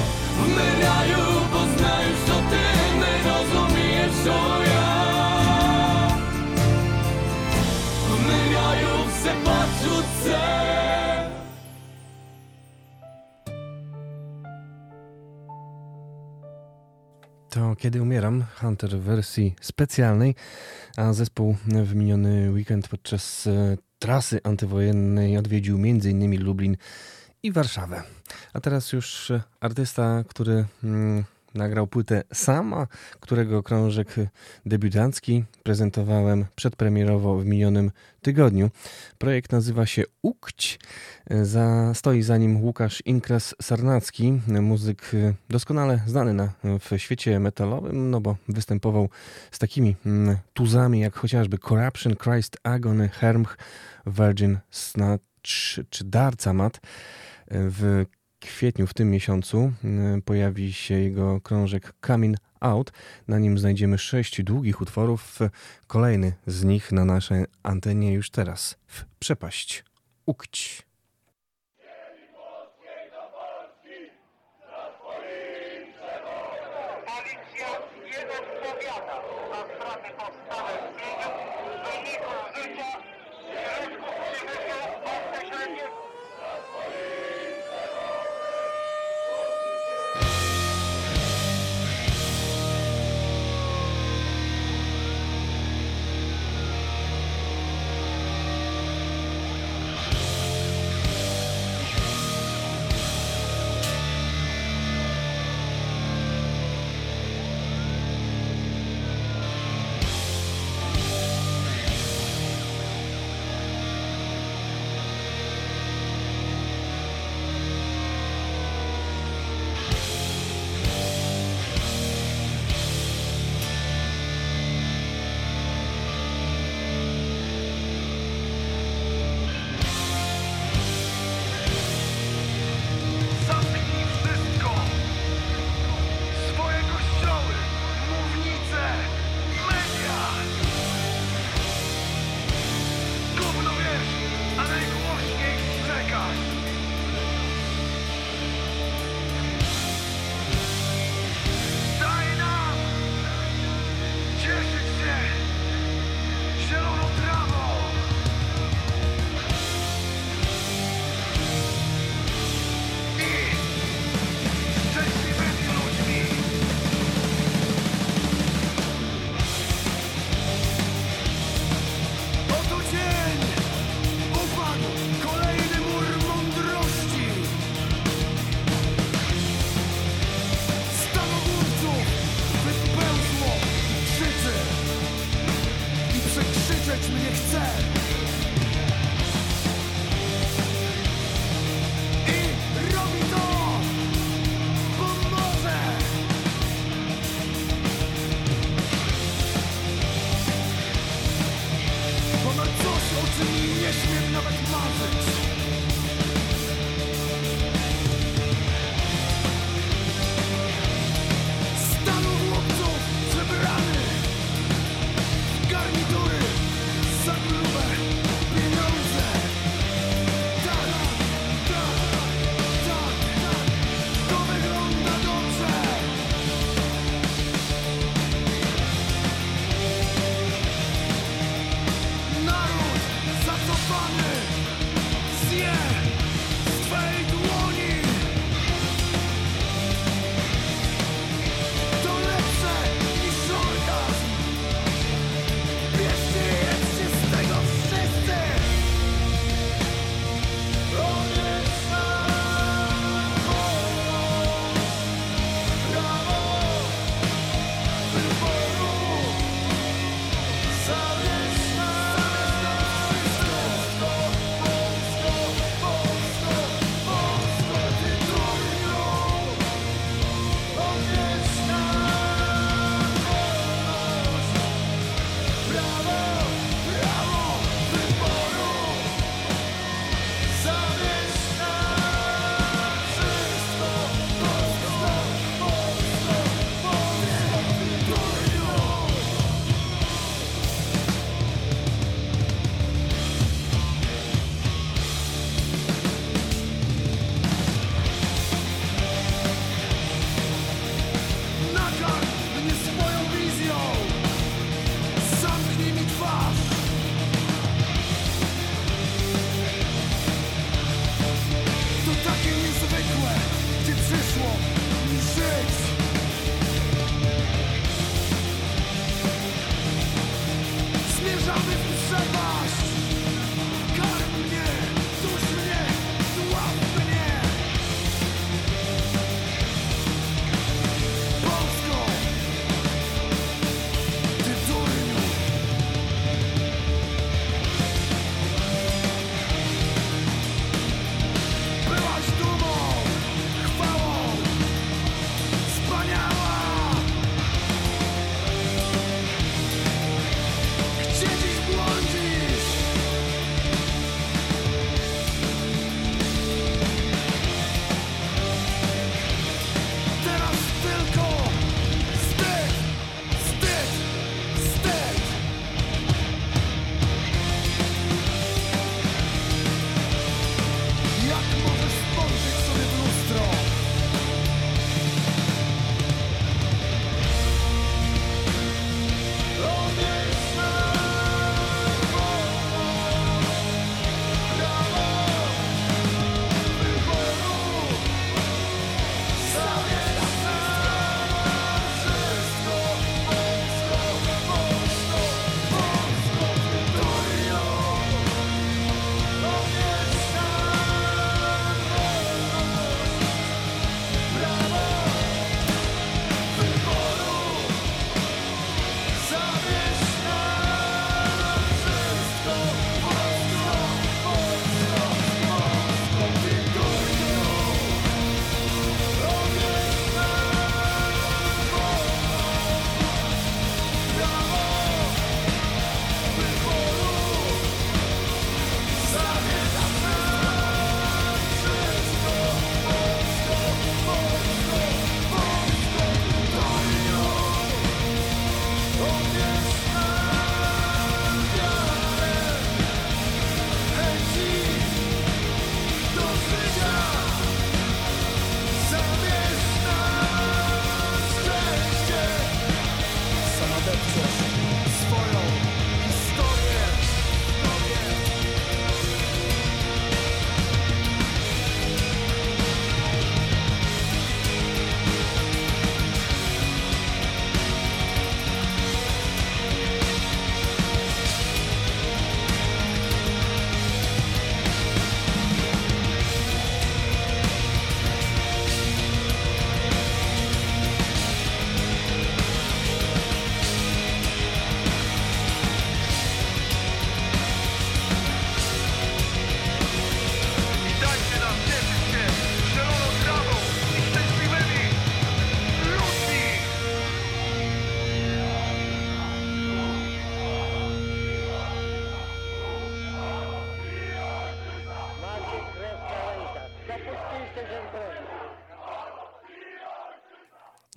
Вмираю, бо знаю, що ти не розумієш, що я. To Kiedy umieram, Hunter w wersji specjalnej, a zespół w miniony weekend podczas trasy antywojennej odwiedził m.in. Lublin i Warszawę. A teraz już artysta, który nagrał płytę sam, a którego krążek debiutancki prezentowałem przedpremierowo w minionym tygodniu. Projekt nazywa się Ukć. Stoi za nim Łukasz Inkras-Sarnacki, muzyk doskonale znany w świecie metalowym, no bo występował z takimi tuzami jak chociażby Corruption, Christ Agony, Hermch, Virgin Snatch czy Darcamat. W kwietniu, w tym miesiącu, pojawi się jego krążek Coming Out. Na nim znajdziemy 6 długich utworów. Kolejny z nich na naszej antenie już teraz. W przepaść. Ukć. Policja nie odpowiada za straty powstałe w Wiedniu w wyniku życia środków przemysłu bezpośredniego.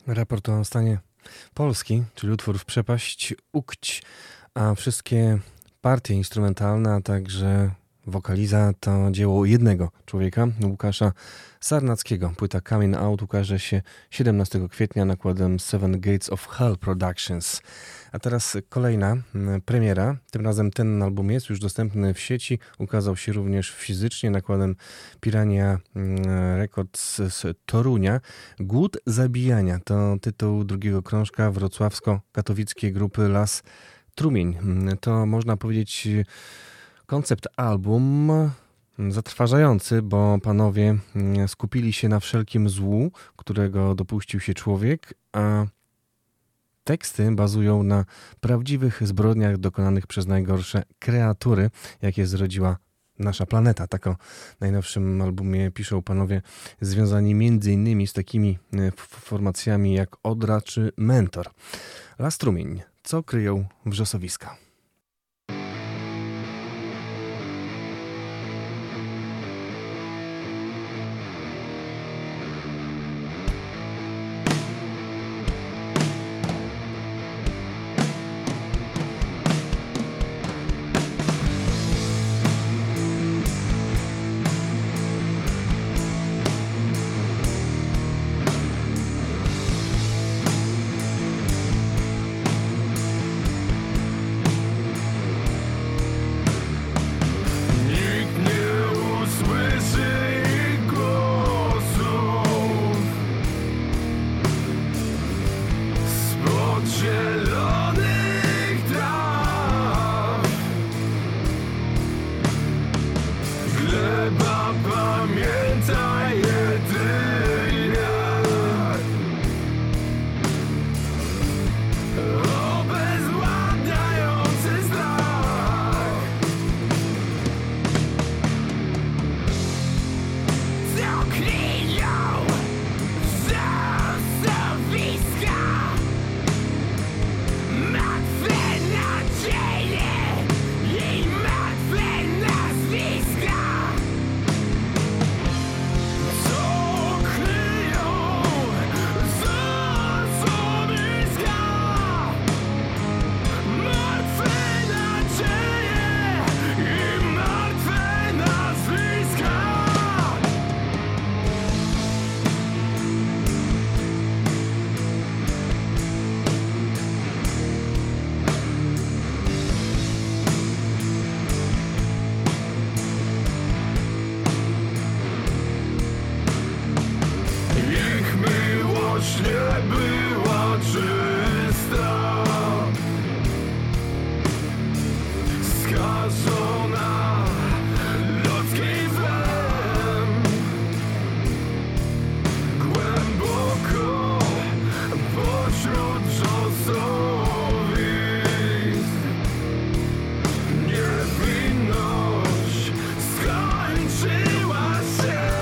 Raport o stanie Polski, czyli utwór W przepaść, ukć, a wszystkie partie instrumentalne, a także wokaliza to dzieło jednego człowieka, Łukasza Sarnackiego. Płyta Coming Out ukaże się 17 kwietnia nakładem Seven Gates of Hell Productions. A teraz kolejna premiera. Tym razem ten album jest już dostępny w sieci. Ukazał się również fizycznie nakładem Pirania Records z Torunia. Głód zabijania to tytuł drugiego krążka wrocławsko-katowickiej grupy Las Trumień. To można powiedzieć koncept album zatrważający, bo panowie skupili się na wszelkim złu, którego dopuścił się człowiek, a teksty bazują na prawdziwych zbrodniach dokonanych przez najgorsze kreatury, jakie zrodziła nasza planeta. Tak o najnowszym albumie piszą panowie związani m.in. z takimi formacjami jak Odra czy Mentor. Las Strumień. Co kryją wrzosowiska?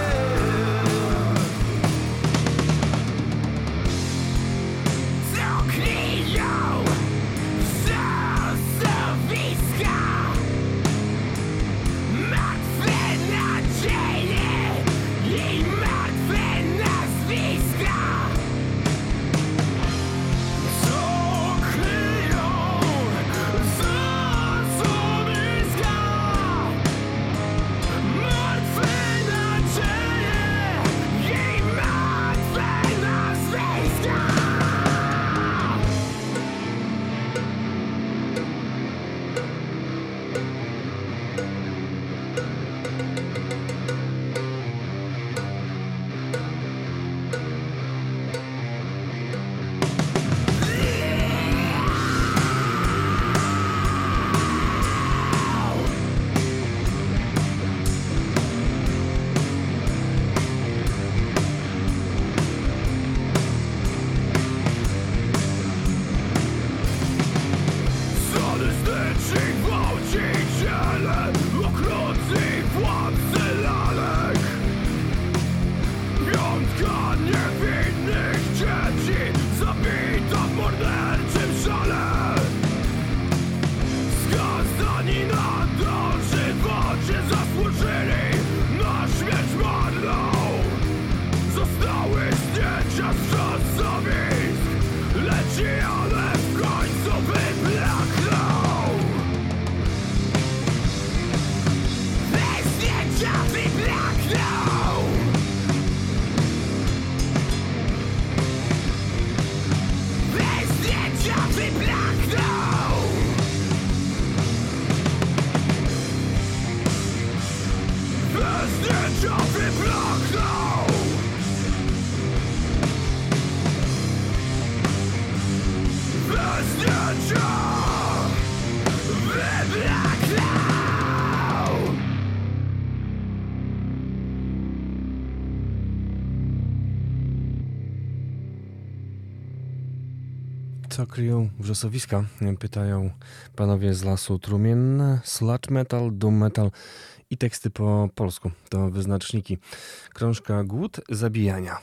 So Co kryją wrzosowiska? Pytają panowie z Lasu Trumien. Sludge metal, doom metal i teksty po polsku. To wyznaczniki. Krążka Głód zabijania.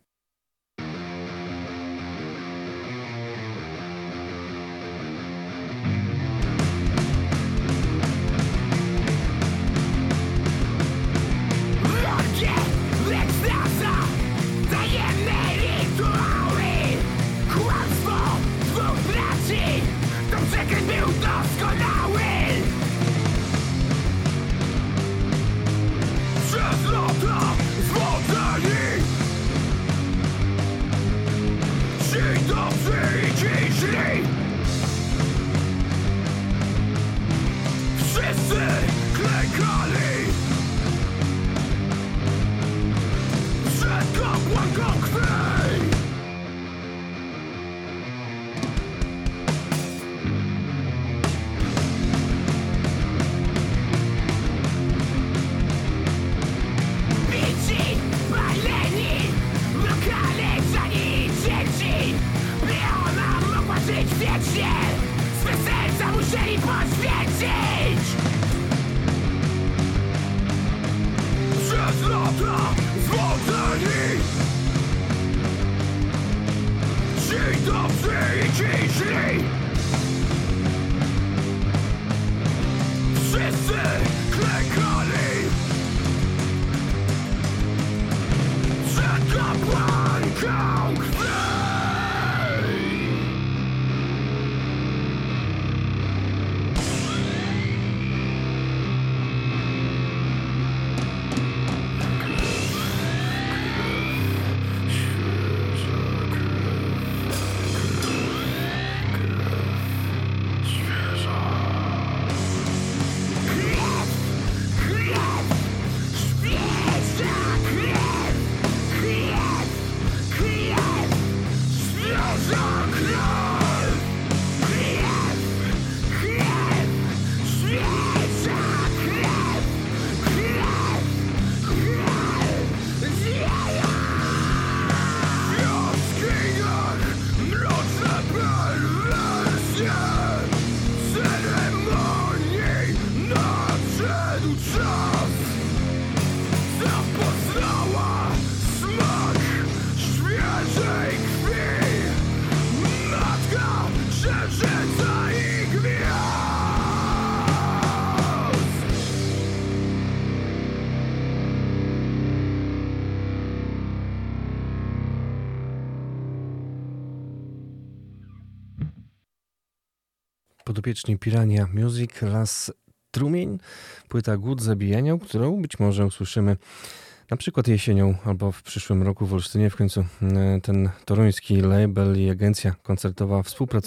Podopieczni Pirania Music, Las Trumien, płyta Głód zabijania, którą być może usłyszymy na przykład jesienią albo w przyszłym roku w Olsztynie. W końcu ten toruński label i agencja koncertowa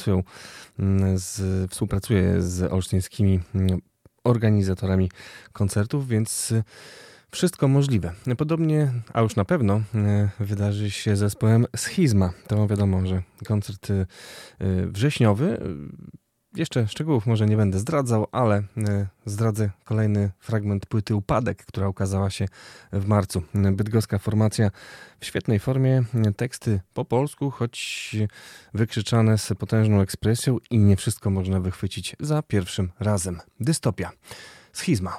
współpracuje z olsztyńskimi organizatorami koncertów, więc wszystko możliwe. Podobnie, a już na pewno, wydarzy się z zespołem Schizma. To wiadomo, że koncert wrześniowy. Jeszcze szczegółów może nie będę zdradzał, ale zdradzę kolejny fragment płyty Upadek, która ukazała się w marcu. Bydgoska formacja w świetnej formie, teksty po polsku, choć wykrzyczane z potężną ekspresją i nie wszystko można wychwycić za pierwszym razem. Dystopia. Schizma.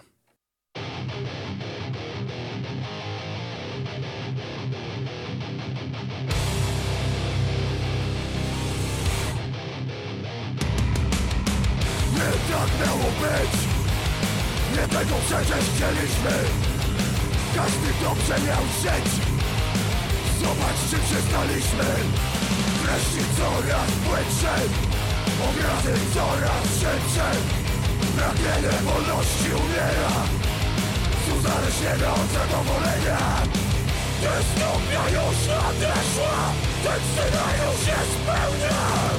Nie tak miało być. Nie tego przecież chcieliśmy. Każdy dobrze miał żyć. Zobacz, czym się staliśmy. Wreszcie coraz płytsze, obrazy coraz szybsze. Pragnienie wolności umiera. Uzależnienia od zadowolenia. Dystopia już nadeszła. Decyzja już się spełnia.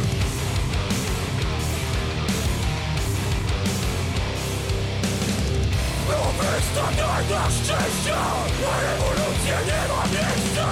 Standarda szczęścia, a rewolucja nie ma miejsca.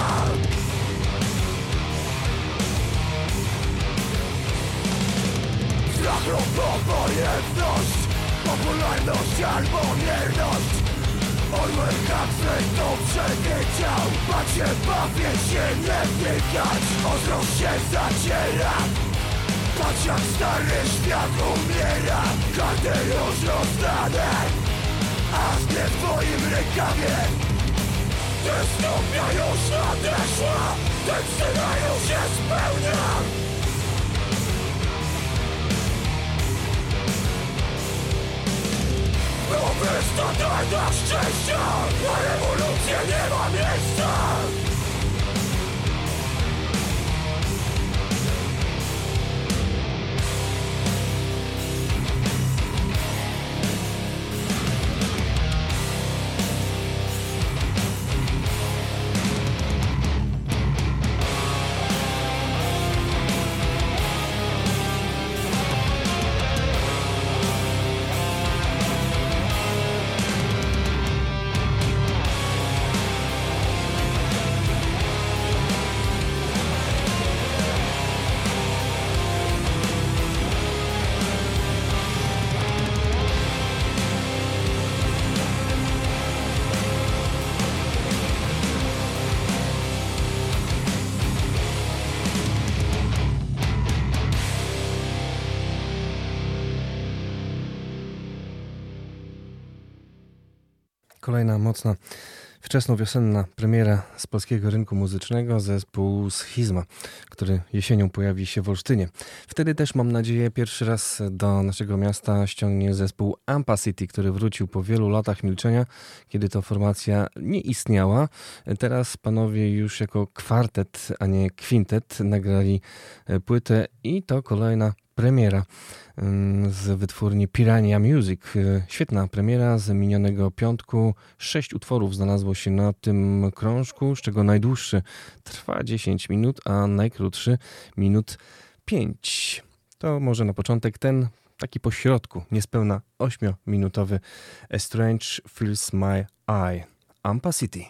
Strach lub obojętność, popularność albo mierność. Orwell Huxley to przewidział. Macie bawię się nie wnikać. Ostrość się zaciera. Patrz jak stary świat umiera, karty już rozdane, a nie w twoim rękawie. Dystopia już nadeszła, decyzja już jest pełna. Byłoby standardach szczęścia, a rewolucja nie ma miejsca. Kolejna mocna, wczesnowiosenna premiera z polskiego rynku muzycznego, zespół Schizma, który jesienią pojawi się w Olsztynie. Wtedy też, mam nadzieję, pierwszy raz do naszego miasta ściągnie zespół Ampacity, który wrócił po wielu latach milczenia, kiedy to formacja nie istniała. Teraz panowie już jako kwartet, a nie kwintet nagrali płytę i to kolejna premiera z wytwórni Piranha Music. Świetna premiera z minionego piątku. 6 utworów znalazło się na tym krążku, z czego najdłuższy trwa 10 minut, a najkrótszy minut 5. To może na początek ten taki pośrodku, niespełna 8-minutowy A Strange Fills My Eye. Ampacity.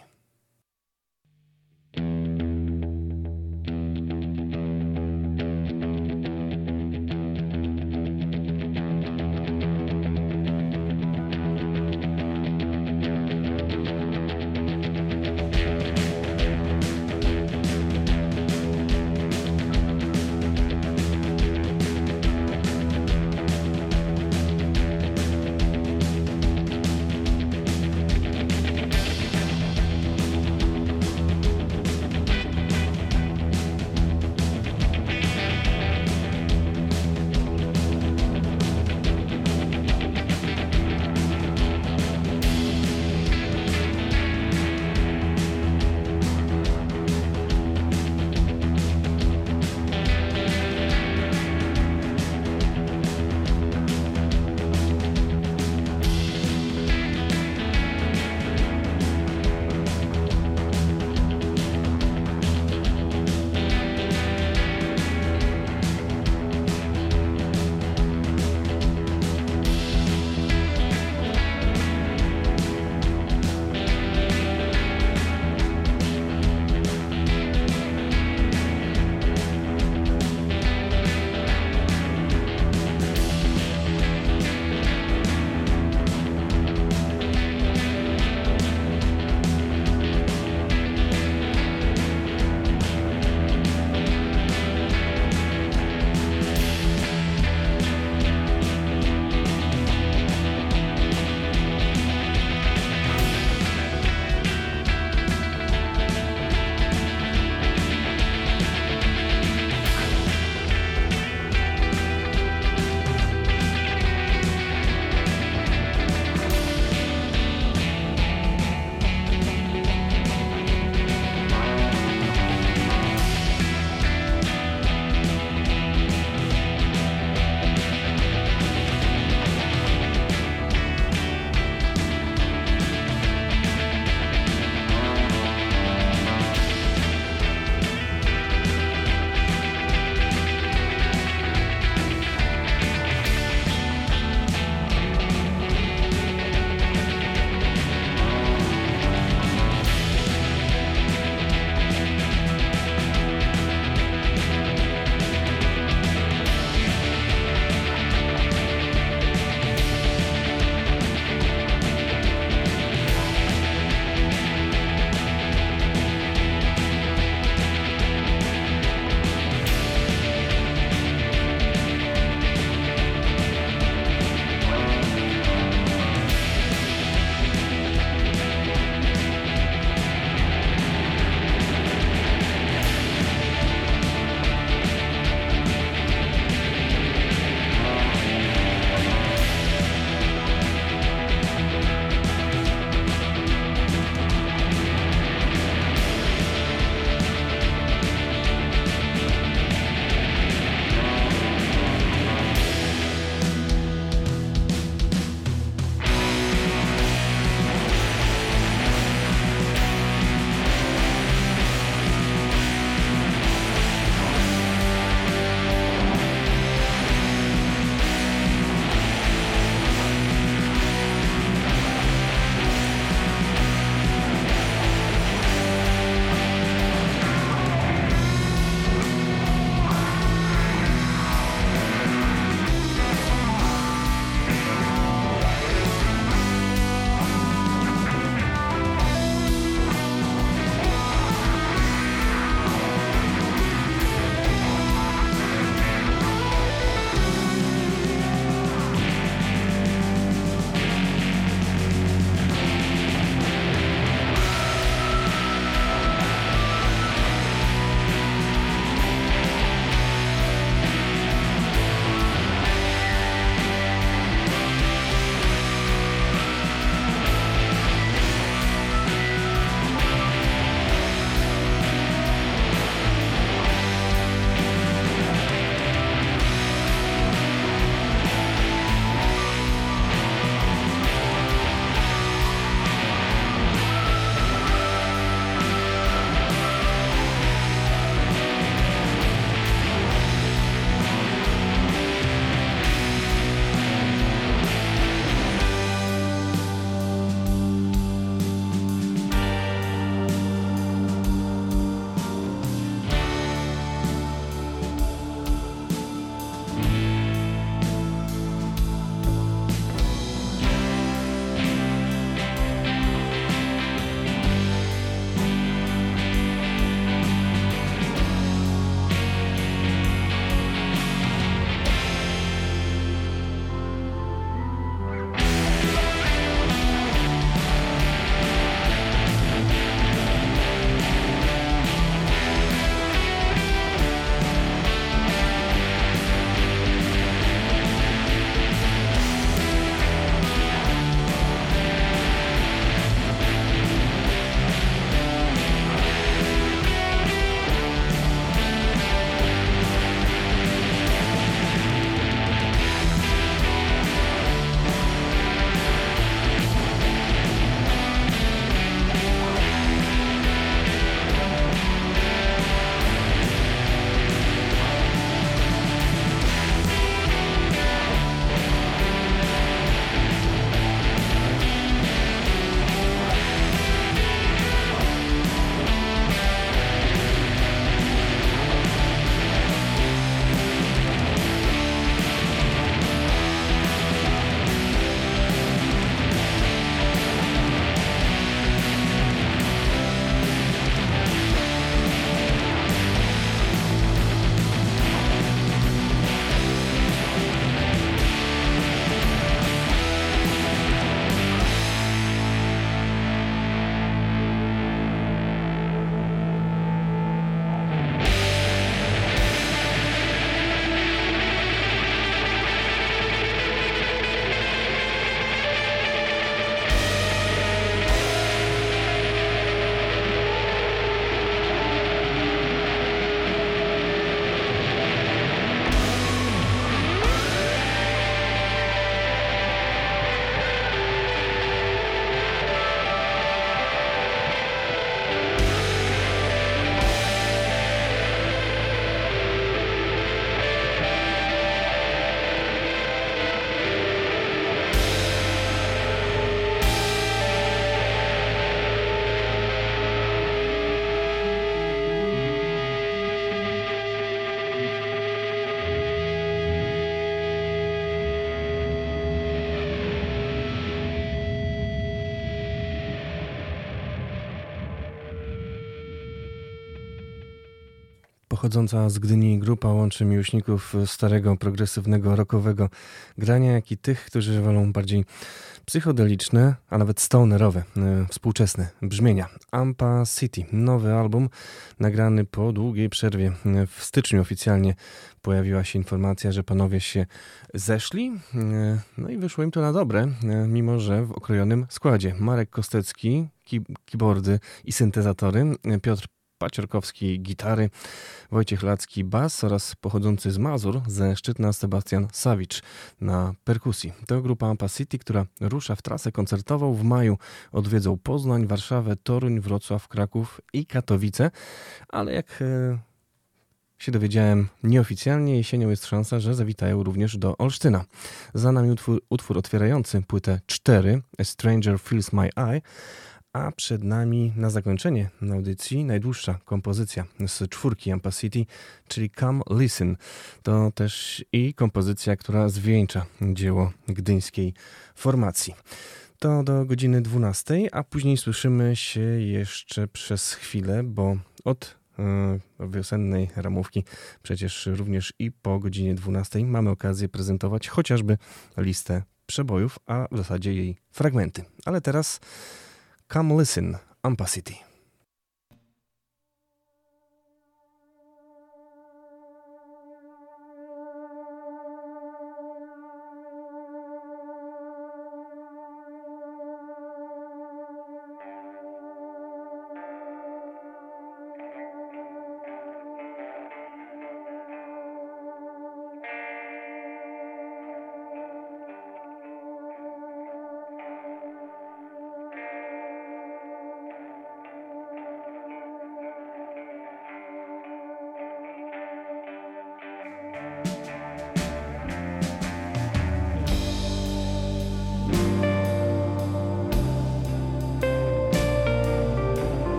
Pochodząca z Gdyni grupa łączy miłośników starego, progresywnego, rockowego grania, jak i tych, którzy wolą bardziej psychodeliczne, a nawet stonerowe, współczesne brzmienia. Ampa City, nowy album nagrany po długiej przerwie. W styczniu oficjalnie pojawiła się informacja, że panowie się zeszli, no i wyszło im to na dobre, mimo że w okrojonym składzie. Marek Kostecki, keyboardy i syntezatory, Piotr Paciorkowski gitary, Wojciech Lacki bas oraz pochodzący z Mazur ze Szczytna Sebastian Sawicz na perkusji. To grupa Ampa City, która rusza w trasę koncertową. W maju odwiedzą Poznań, Warszawę, Toruń, Wrocław, Kraków i Katowice, ale jak się dowiedziałem nieoficjalnie, jesienią jest szansa, że zawitają również do Olsztyna. Za nami utwór otwierający płytę 4, A Stranger Fills My Eye, a przed nami na zakończenie audycji najdłuższa kompozycja z czwórki Ampa City, czyli Come Listen. To też i kompozycja, która zwieńcza dzieło gdyńskiej formacji. To do godziny 12, a później słyszymy się jeszcze przez chwilę, bo od wiosennej ramówki przecież również i po godzinie 12 mamy okazję prezentować chociażby listę przebojów, a w zasadzie jej fragmenty. Ale teraz Come Listen, Ampa City.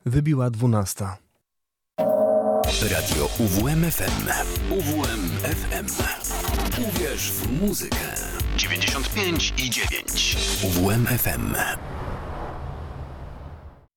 Wybiła 12. Radio UWMFM. UWMFM. Uwierz w muzykę. 95,9. UWMFM.